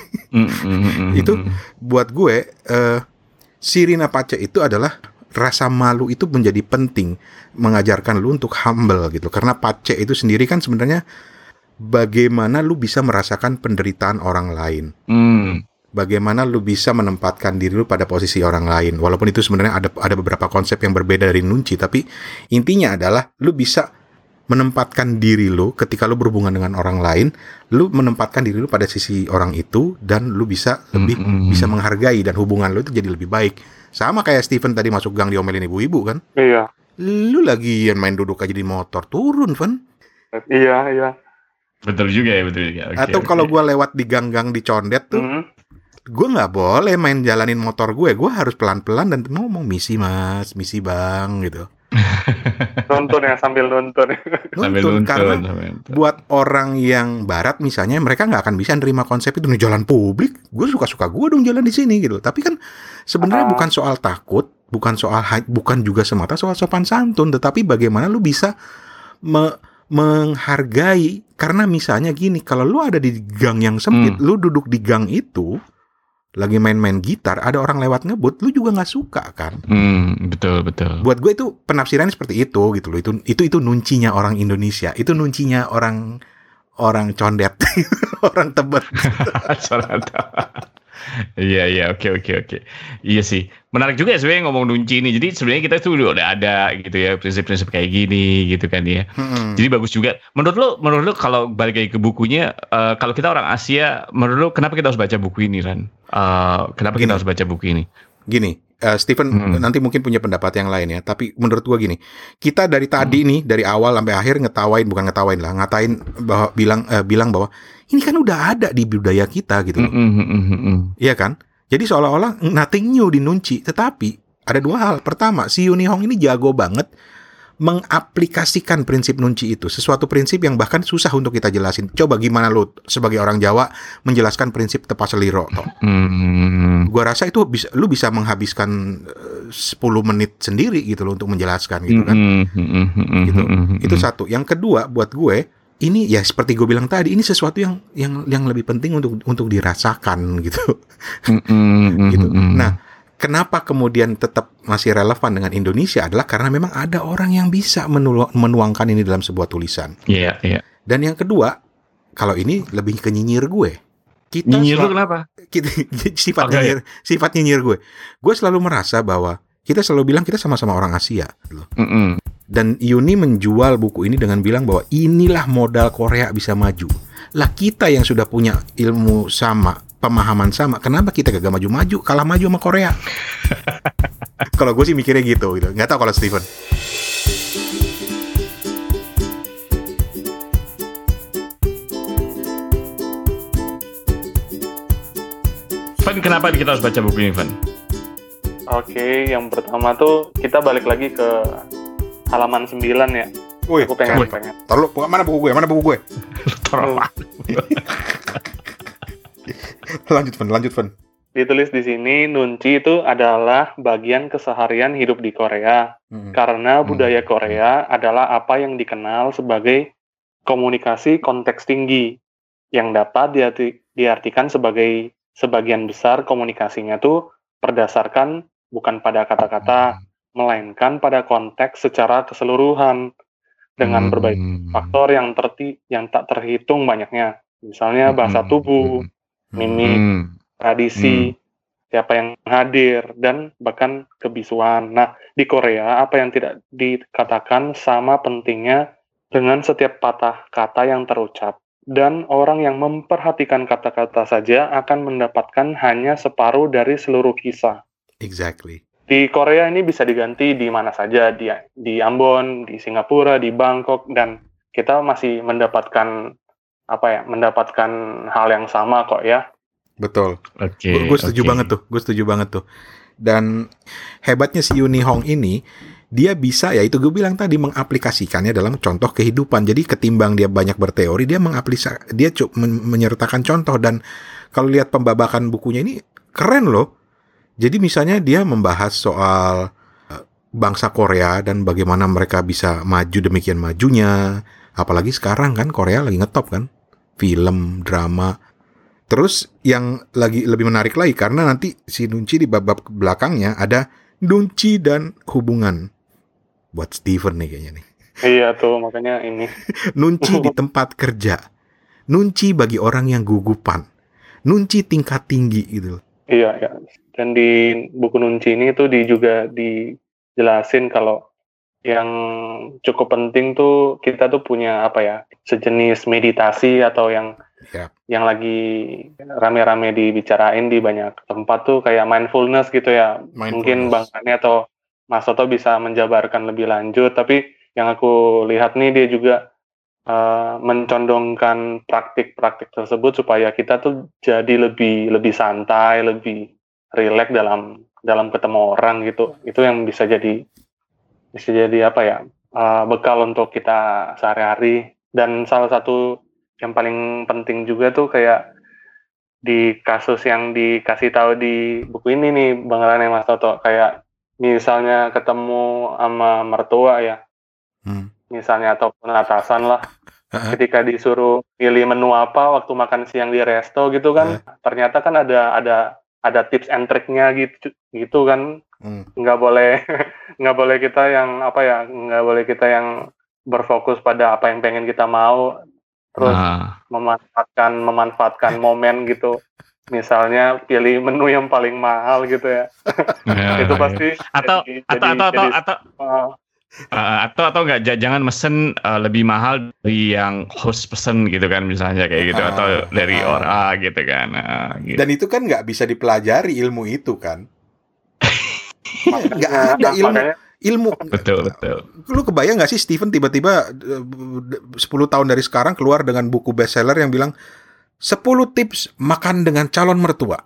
Mm-mm. Itu buat gue eh, Siri Inapace itu adalah rasa malu itu menjadi penting, mengajarkan lu untuk humble gitu. Karena pace itu sendiri kan sebenarnya bagaimana lu bisa merasakan penderitaan orang lain. Mm. Bagaimana lu bisa menempatkan diri lu pada posisi orang lain. Walaupun itu sebenarnya ada ada beberapa konsep yang berbeda dari nunci, tapi intinya adalah lu bisa menempatkan diri lu ketika lu berhubungan dengan orang lain, lu menempatkan diri lu pada sisi orang itu dan lu bisa lebih Mm-mm. bisa menghargai dan hubungan lu itu jadi lebih baik. Sama kayak Steven tadi masuk gang diomelin ibu-ibu kan. Iya, Lu lagi yang main duduk aja di motor, turun, Van. iya, iya. Betul juga ya, betul juga. Oke, Atau oke. kalau gua lewat di gang-gang di Condet tuh, Hmm. gue nggak boleh main jalanin motor gue, gue harus pelan-pelan dan ngomong misi mas, misi bang gitu. Nonton ya, sambil nonton. Sambil Nuntun, nuntun, karena sambil nuntun. buat orang yang barat misalnya, mereka nggak akan bisa nerima konsep itu nih jalan publik. Gue suka-suka gue dong jalan di sini gitu. Tapi kan sebenarnya Ah. bukan soal takut, bukan soal ha- bukan juga semata soal sopan santun, tetapi bagaimana lu bisa me- menghargai. Karena misalnya gini, kalau lu ada di gang yang sempit, Hmm. lu duduk di gang itu lagi main-main gitar, ada orang lewat ngebut, lu juga nggak suka kan? Hmm, betul betul. Buat gue itu penafsirannya seperti itu gitu loh. Itu itu itu nuncinya orang Indonesia. Itu nuncinya orang orang Condet, orang Tebet. Suara tawa. Iya iya oke oke oke. Iya sih. Menarik juga ya sebenarnya ngomong nunci ini. Jadi sebenarnya kita tuh udah ada gitu ya prinsip-prinsip kayak gini gitu kan ya. Hmm. Jadi bagus juga. Menurut lo, menurut lo kalau balik lagi ke bukunya, eh, kalau kita orang Asia, menurut lo kenapa kita harus baca buku ini, Ran? Eh, kenapa Gini. kita harus baca buku ini? Gini, eh, Stephen Hmm. nanti mungkin punya pendapat yang lain ya. Tapi menurut gua gini, kita dari tadi nih dari awal sampai akhir ngetawain, bukan ngetawain lah, ngatain bahwa bilang eh, bilang bahwa Ini kan udah ada di budaya kita gitu loh. Mm, mm, mm, mm. Iya kan? Jadi seolah-olah nothing new di Nunci. Tetapi ada dua hal. Pertama, si Yuni Hong ini jago banget mengaplikasikan prinsip Nunci itu. Sesuatu prinsip yang bahkan susah untuk kita jelasin. Coba gimana lu sebagai orang Jawa menjelaskan prinsip tepas seliro toh. Mm. Gua rasa itu bisa, lu bisa menghabiskan uh, sepuluh menit sendiri gitu loh untuk menjelaskan gitu kan. Mm, mm, mm, mm, Gitu. mm, mm, Itu mm. satu. Yang kedua buat gue, ini ya seperti gue bilang tadi, ini sesuatu yang yang yang lebih penting untuk untuk dirasakan gitu. Mm, mm, mm, gitu. mm. Nah, kenapa kemudian tetap masih relevan dengan Indonesia adalah karena memang ada orang yang bisa menulu- menuangkan ini dalam sebuah tulisan. Iya, iya. Dan yang kedua, kalau ini lebih ke nyinyir gue. Kita Nyinyir lu sel- kenapa? kita, sifat Oke. nyinyir, sifat nyinyir gue. Gue selalu merasa bahwa kita selalu bilang kita sama-sama orang Asia. Gitu. Mm-mm. Dan Yuni menjual buku ini dengan bilang bahwa inilah modal Korea bisa maju. Lah kita yang sudah punya ilmu sama, pemahaman sama, kenapa kita gak maju-maju, kalah maju sama Korea? Kalau gue sih mikirnya gitu, gitu. Nggak tahu kalau Steven. Van, kenapa kita harus baca buku ini, Van? Oke, yang pertama tuh kita balik lagi ke halaman sembilan ya. Wih, Aku pengen, wih. pengen. Taruh, mana buku gue? Mana buku gue? Taruh apa? lanjut, Van, lanjut, Van. Ditulis di sini, Nunci itu adalah bagian keseharian hidup di Korea. Hmm. Karena budaya Korea adalah apa yang dikenal sebagai komunikasi konteks tinggi, yang dapat diarti- diartikan sebagai sebagian besar komunikasinya tuh berdasarkan bukan pada kata-kata, melainkan pada konteks secara keseluruhan, dengan berbagai faktor yang terti yang tak terhitung banyaknya. Misalnya bahasa tubuh, mimik, Hmm. tradisi, siapa yang hadir, dan bahkan kebisuan. Nah, di Korea, apa yang tidak dikatakan sama pentingnya dengan setiap patah kata yang terucap. Dan orang yang memperhatikan kata-kata saja akan mendapatkan hanya separuh dari seluruh kisah. Exactly. Di Korea ini bisa diganti di mana saja, di, di Ambon, di Singapura, di Bangkok, dan kita masih mendapatkan apa ya, mendapatkan hal yang sama kok ya. Betul. Oke. Gue setuju oke. banget tuh, gue setuju banget tuh. Dan hebatnya si Yuni Hong ini, dia bisa, ya itu gue bilang tadi, mengaplikasikannya dalam contoh kehidupan. Jadi ketimbang dia banyak berteori, dia mengaplikasikan, dia cu- men- menyertakan contoh. Dan kalau lihat pembabakan bukunya ini keren loh. Jadi misalnya dia membahas soal uh, bangsa Korea dan bagaimana mereka bisa maju demikian majunya. Apalagi sekarang kan Korea lagi ngetop kan, film, drama. Terus yang lagi lebih menarik lagi karena nanti si Nunci di bab-bab belakangnya ada Nunci dan hubungan. Buat Steven nih kayaknya nih. Iya tuh, makanya ini. Nunci di tempat kerja. Nunci bagi orang yang gugupan. Nunci tingkat tinggi gitu. Iya, ya. Dan di buku Nunci ini tuh di, juga dijelasin kalau yang cukup penting tuh kita tuh punya apa ya, sejenis meditasi atau yang Yap. yang lagi rame-rame dibicarain di banyak tempat tuh kayak mindfulness gitu ya. Mindfulness. Mungkin Bang Ani atau Mas Soto bisa menjabarkan lebih lanjut, tapi yang aku lihat nih dia juga uh, mencondongkan praktik-praktik tersebut supaya kita tuh jadi lebih lebih santai, lebih rileks dalam dalam ketemu orang gitu. Itu yang bisa jadi bisa jadi apa ya, uh, bekal untuk kita sehari-hari. Dan salah satu yang paling penting juga tuh kayak di kasus yang dikasih tahu di buku ini nih Bang Rane, Mas Toto, kayak misalnya ketemu sama mertua ya, Hmm. misalnya ataupun atasan lah, Uh-huh. ketika disuruh pilih menu apa waktu makan siang di resto gitu kan, ternyata kan ada ada ada tips and triknya gitu gitu kan. Hmm. Nggak boleh nggak boleh kita yang apa ya nggak boleh kita yang berfokus pada apa yang pengen kita mau, terus Ah. memanfaatkan memanfaatkan momen gitu, misalnya pilih menu yang paling mahal gitu ya. Ya, Itu ya. pasti atau jadi- atau jadi- atau atau jadi- atau uh, uh, atau atau enggak j- jangan mesen uh, lebih mahal dari yang host pesen gitu kan, misalnya kayak gitu, Ah, atau dari ah. orang A gitu kan. Nah, gitu. Dan itu kan nggak bisa dipelajari ilmu itu kan. Nggak ada nah, ilmu makanya ilmu. Betul, betul. Lu kebayang nggak sih Steven tiba-tiba eh, sepuluh tahun dari sekarang keluar dengan buku bestseller yang bilang sepuluh tips makan dengan calon mertua.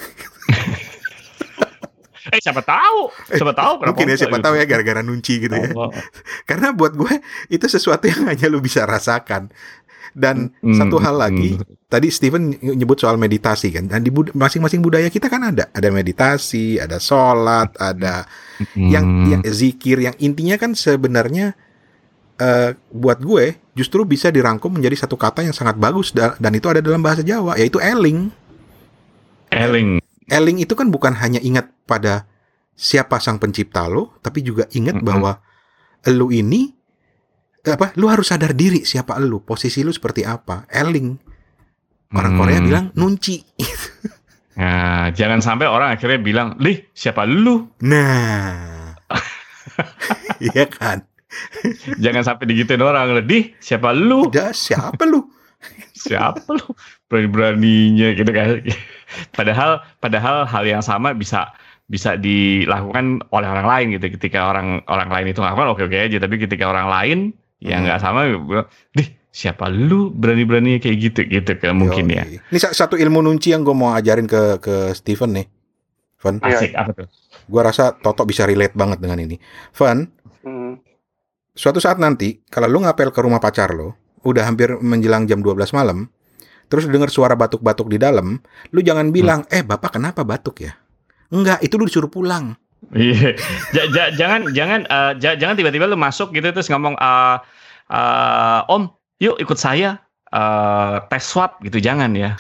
Eh siapa tahu, siapa tahu. Mungkin ya siapa gitu. Tahu ya gara-gara nunci gitu ya. Oh, oh. Karena buat gue itu sesuatu yang hanya lu bisa rasakan. Dan mm, satu hal lagi, mm. tadi Steven nyebut soal meditasi kan. Dan di bud- masing-masing budaya kita kan ada, ada meditasi, ada sholat, ada mm. yang, yang zikir, yang intinya kan sebenarnya uh, buat gue justru bisa dirangkum menjadi satu kata yang sangat bagus da- dan itu ada dalam bahasa Jawa, yaitu eling. Eling. Eling itu kan bukan hanya ingat pada siapa sang pencipta lo, tapi juga ingat mm-hmm. bahwa lo ini apa? Lo harus sadar diri siapa lo, posisi lo seperti apa. Eling. Orang hmm. Korea bilang nunci. Nah, jangan sampai orang akhirnya bilang, "Lih, siapa lu?" Nah. Iya kan? Jangan sampai digituin orang, "Lih, siapa lu?" Udah, siapa lu? Siapa lu? Berani-beraninya gitu kan. Padahal padahal hal yang sama bisa bisa dilakukan oleh orang lain gitu. Ketika orang orang lain itu ngelakukan oke-oke aja, tapi ketika orang lain hmm. yang nggak sama, "Dih, siapa lu berani-beraninya kayak gitu?" gitu kan mungkin Yo, ya. Ini satu ilmu nunci yang gue mau ajarin ke ke Steven nih. Van. Asik, apa tuh? Gue rasa Toto bisa relate banget dengan ini. Van, hmm. suatu saat nanti kalau lu ngapel ke rumah pacar lo, udah hampir menjelang jam dua belas malam, terus dengar suara batuk-batuk di dalam, lu jangan bilang, hmm. eh bapak kenapa batuk ya? Enggak, itu lu disuruh pulang. Iya, j- j- jangan jangan uh, j- jangan tiba-tiba lu masuk gitu terus ngomong, uh, uh, Om, yuk ikut saya uh, tes swab gitu, jangan ya.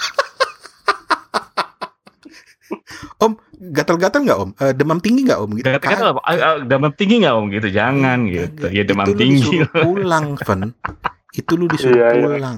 Om, gatal-gatal nggak Om? Uh, demam tinggi nggak Om? Gitu. Gatal-gatal, uh, uh, demam tinggi nggak Om? Gitu, jangan gitu. Ya demam itu tinggi. Itu lu disuruh pulang, Fen. Itu lu disuruh iya, pulang.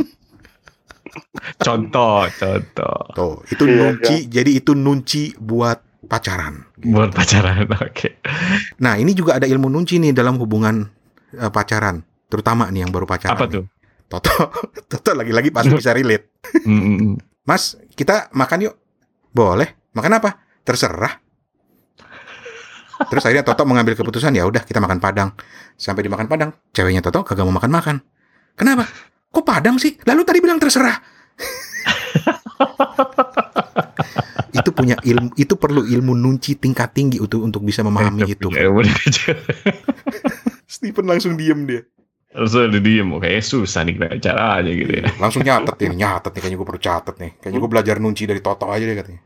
Contoh, contoh. Tuh, itu iya, nunci. Iya. Jadi itu nunci buat pacaran. Gitu. Buat pacaran, oke. Okay. Nah, ini juga ada ilmu nunci nih dalam hubungan uh, pacaran, terutama nih yang baru pacaran. Apa tuh? Toto, Toto lagi-lagi pasti bisa relate. Mas, kita makan yuk. Boleh. Makan apa? Terserah. Terus akhirnya Toto mengambil keputusan, ya udah kita makan Padang. Sampai dimakan Padang, ceweknya Toto kagak mau makan-makan. Kenapa? Kok Padang sih? Lalu tadi bilang terserah. Itu punya ilmu, itu perlu ilmu nunci tingkat tinggi untuk untuk bisa memahami eh, itu. Steven langsung diem dia. Langsung dia diem, oke susah nih cara aja gitu ya. Langsung nyatet ini, nyatet nih, kayaknya gue perlu catet nih. Kayaknya gue belajar nunci dari Toto aja deh katanya.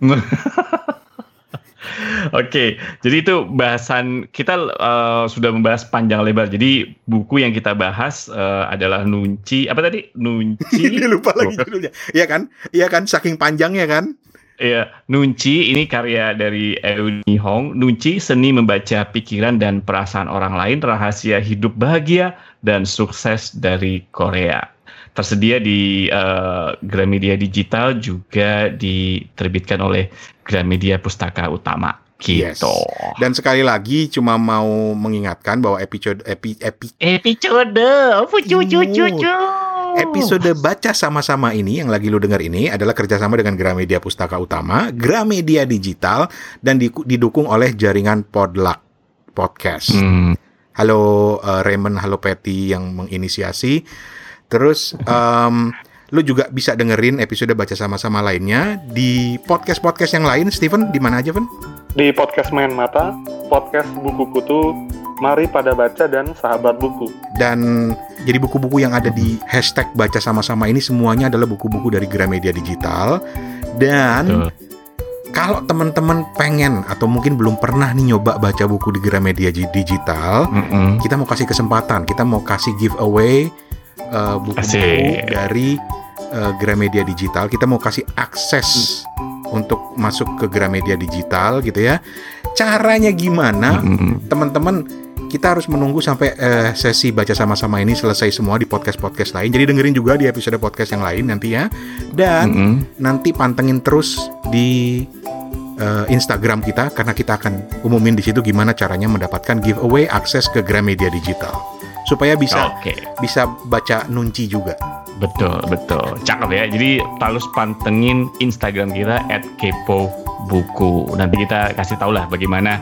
Oke, jadi itu bahasan kita uh, sudah membahas panjang lebar. Jadi buku yang kita bahas uh, adalah Nunci. Apa tadi? Nunci. Ini lupa lagi judulnya. Iya kan? Iya kan? Saking panjangnya kan? Iya, Nunci ini karya dari Euni Hong. Nunci, seni membaca pikiran dan perasaan orang lain, rahasia hidup bahagia dan sukses dari Korea. Tersedia di uh, Gramedia Digital, juga diterbitkan oleh Gramedia Pustaka Utama. Gitu. Yes. Dan sekali lagi cuma mau mengingatkan bahwa episode epi epi episode cucu cucu episode baca sama-sama ini yang lagi lu dengar ini adalah kerjasama dengan Gramedia Pustaka Utama, Gramedia Digital, dan didukung oleh jaringan Podluck Podcast. Hmm. Halo uh, Raymond, halo Patty yang menginisiasi. Terus um, lu juga bisa dengerin episode baca sama-sama lainnya di podcast-podcast yang lain. Steven, di mana aja, Ven? Di podcast Main Mata, podcast Buku Kutu, Mari Pada Baca, dan Sahabat Buku. Dan jadi buku-buku yang ada di hashtag baca sama-sama ini semuanya adalah buku-buku dari Gramedia Digital. Dan kalau teman-teman pengen atau mungkin belum pernah nih nyoba baca buku di Gramedia Digital, mm-hmm. kita mau kasih kesempatan, kita mau kasih giveaway Uh, buku-buku Asik. dari uh, Gramedia Digital. Kita mau kasih akses hmm. untuk masuk ke Gramedia Digital gitu ya. Caranya gimana? Hmm. Teman-teman, kita harus menunggu sampai uh, sesi baca sama-sama ini selesai semua di podcast-podcast lain. Jadi dengerin juga di episode podcast yang lain nanti ya. Dan hmm. nanti pantengin terus di uh, Instagram kita, karena kita akan umumin di situ gimana caranya mendapatkan giveaway akses ke Gramedia Digital. Supaya bisa okay. bisa baca Nunci juga. Betul, betul. Cakep ya. Jadi harus pantengin Instagram kita at kepo buku. Nanti kita kasih tahu lah bagaimana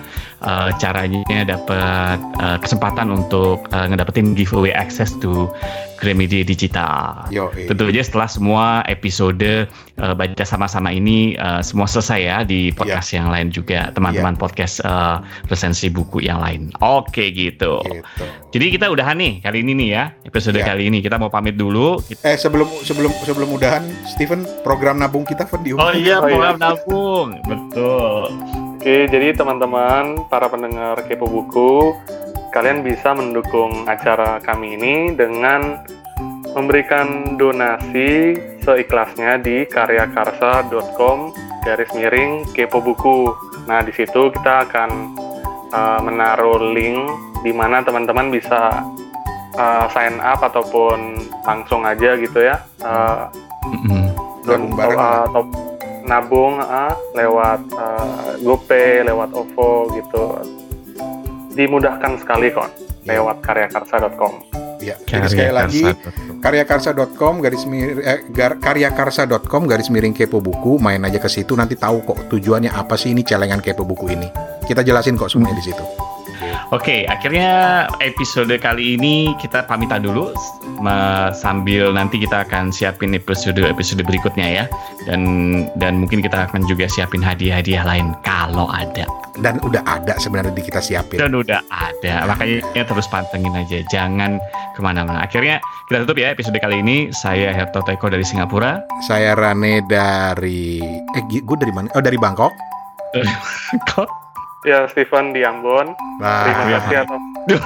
uh, caranya dapat uh, kesempatan untuk uh, ngedapetin giveaway access to Gramedia Digital. Yo, eh. Tentu aja setelah semua episode uh, baca sama-sama ini uh, semua selesai ya di podcast yeah. yang lain juga, teman-teman yeah. podcast uh, resensi buku yang lain. Oke gitu. gitu. Jadi kita udahan nih kali ini nih ya, episode yeah. kali ini kita mau pamit dulu. Kita... Eh sebelum sebelum sebelum udahan, Steven, program nabung kita Fen diumumkan. Oh iya, program nabung, betul. Oke, jadi teman-teman para pendengar Kepo Buku, kalian bisa mendukung acara kami ini dengan memberikan donasi seikhlasnya di karyakarsa.com garis miring kepo buku. Nah, di situ kita akan uh, menaruh link di mana teman-teman bisa uh, sign up ataupun langsung aja gitu ya. Uh, mm-hmm. Nabung bareng. Uh, atau nabung uh, lewat uh, GoPay, lewat OVO gitu. Dimudahkan sekali kok lewat karyakarsa dot com. Ya, jadi sekali lagi karyakarsa dot com garis miring eh, karyakarsa dot com garis miring kepo buku, main aja ke situ nanti tahu kok tujuannya apa sih ini celengan kepo buku ini. Kita jelasin kok semuanya di situ. Oke, akhirnya episode kali ini kita pamitan dulu sambil nanti kita akan siapin episode-episode berikutnya ya. Dan dan mungkin kita akan juga siapin hadiah-hadiah lain kalau ada. Dan udah ada sebenarnya di kita siapin. Dan udah ada, makanya terus pantengin aja, jangan kemana-mana. Akhirnya kita tutup ya episode kali ini. Saya Herto Teko dari Singapura. Saya Rane dari, eh gue dari mana? Oh dari Bangkok. Kok? Ya, Steven di Ambon. Bah, Terima kasih atas.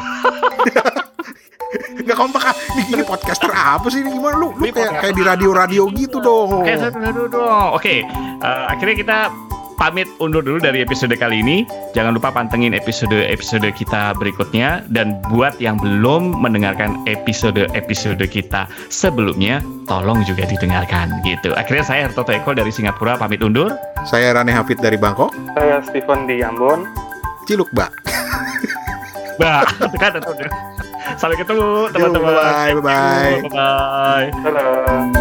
Nggak kompak ah. Ini, ini podcaster apa sih ini gimana lu? Lu kayak kayak di radio-radio gitu dong. Kayak radio dong. Oke, uh, akhirnya kita pamit undur dulu dari episode kali ini. Jangan lupa pantengin episode-episode kita berikutnya. Dan buat yang belum mendengarkan episode-episode kita sebelumnya, tolong juga didengarkan gitu. Akhirnya saya Herto Eko dari Singapura pamit undur. Saya Rane Hafid dari Bangkok. Saya Steven di Ambon. Ciluk, Mbak. Mbak, kan tentu. Sampai ketemu teman-teman. Bye bye. Bye bye. Halo.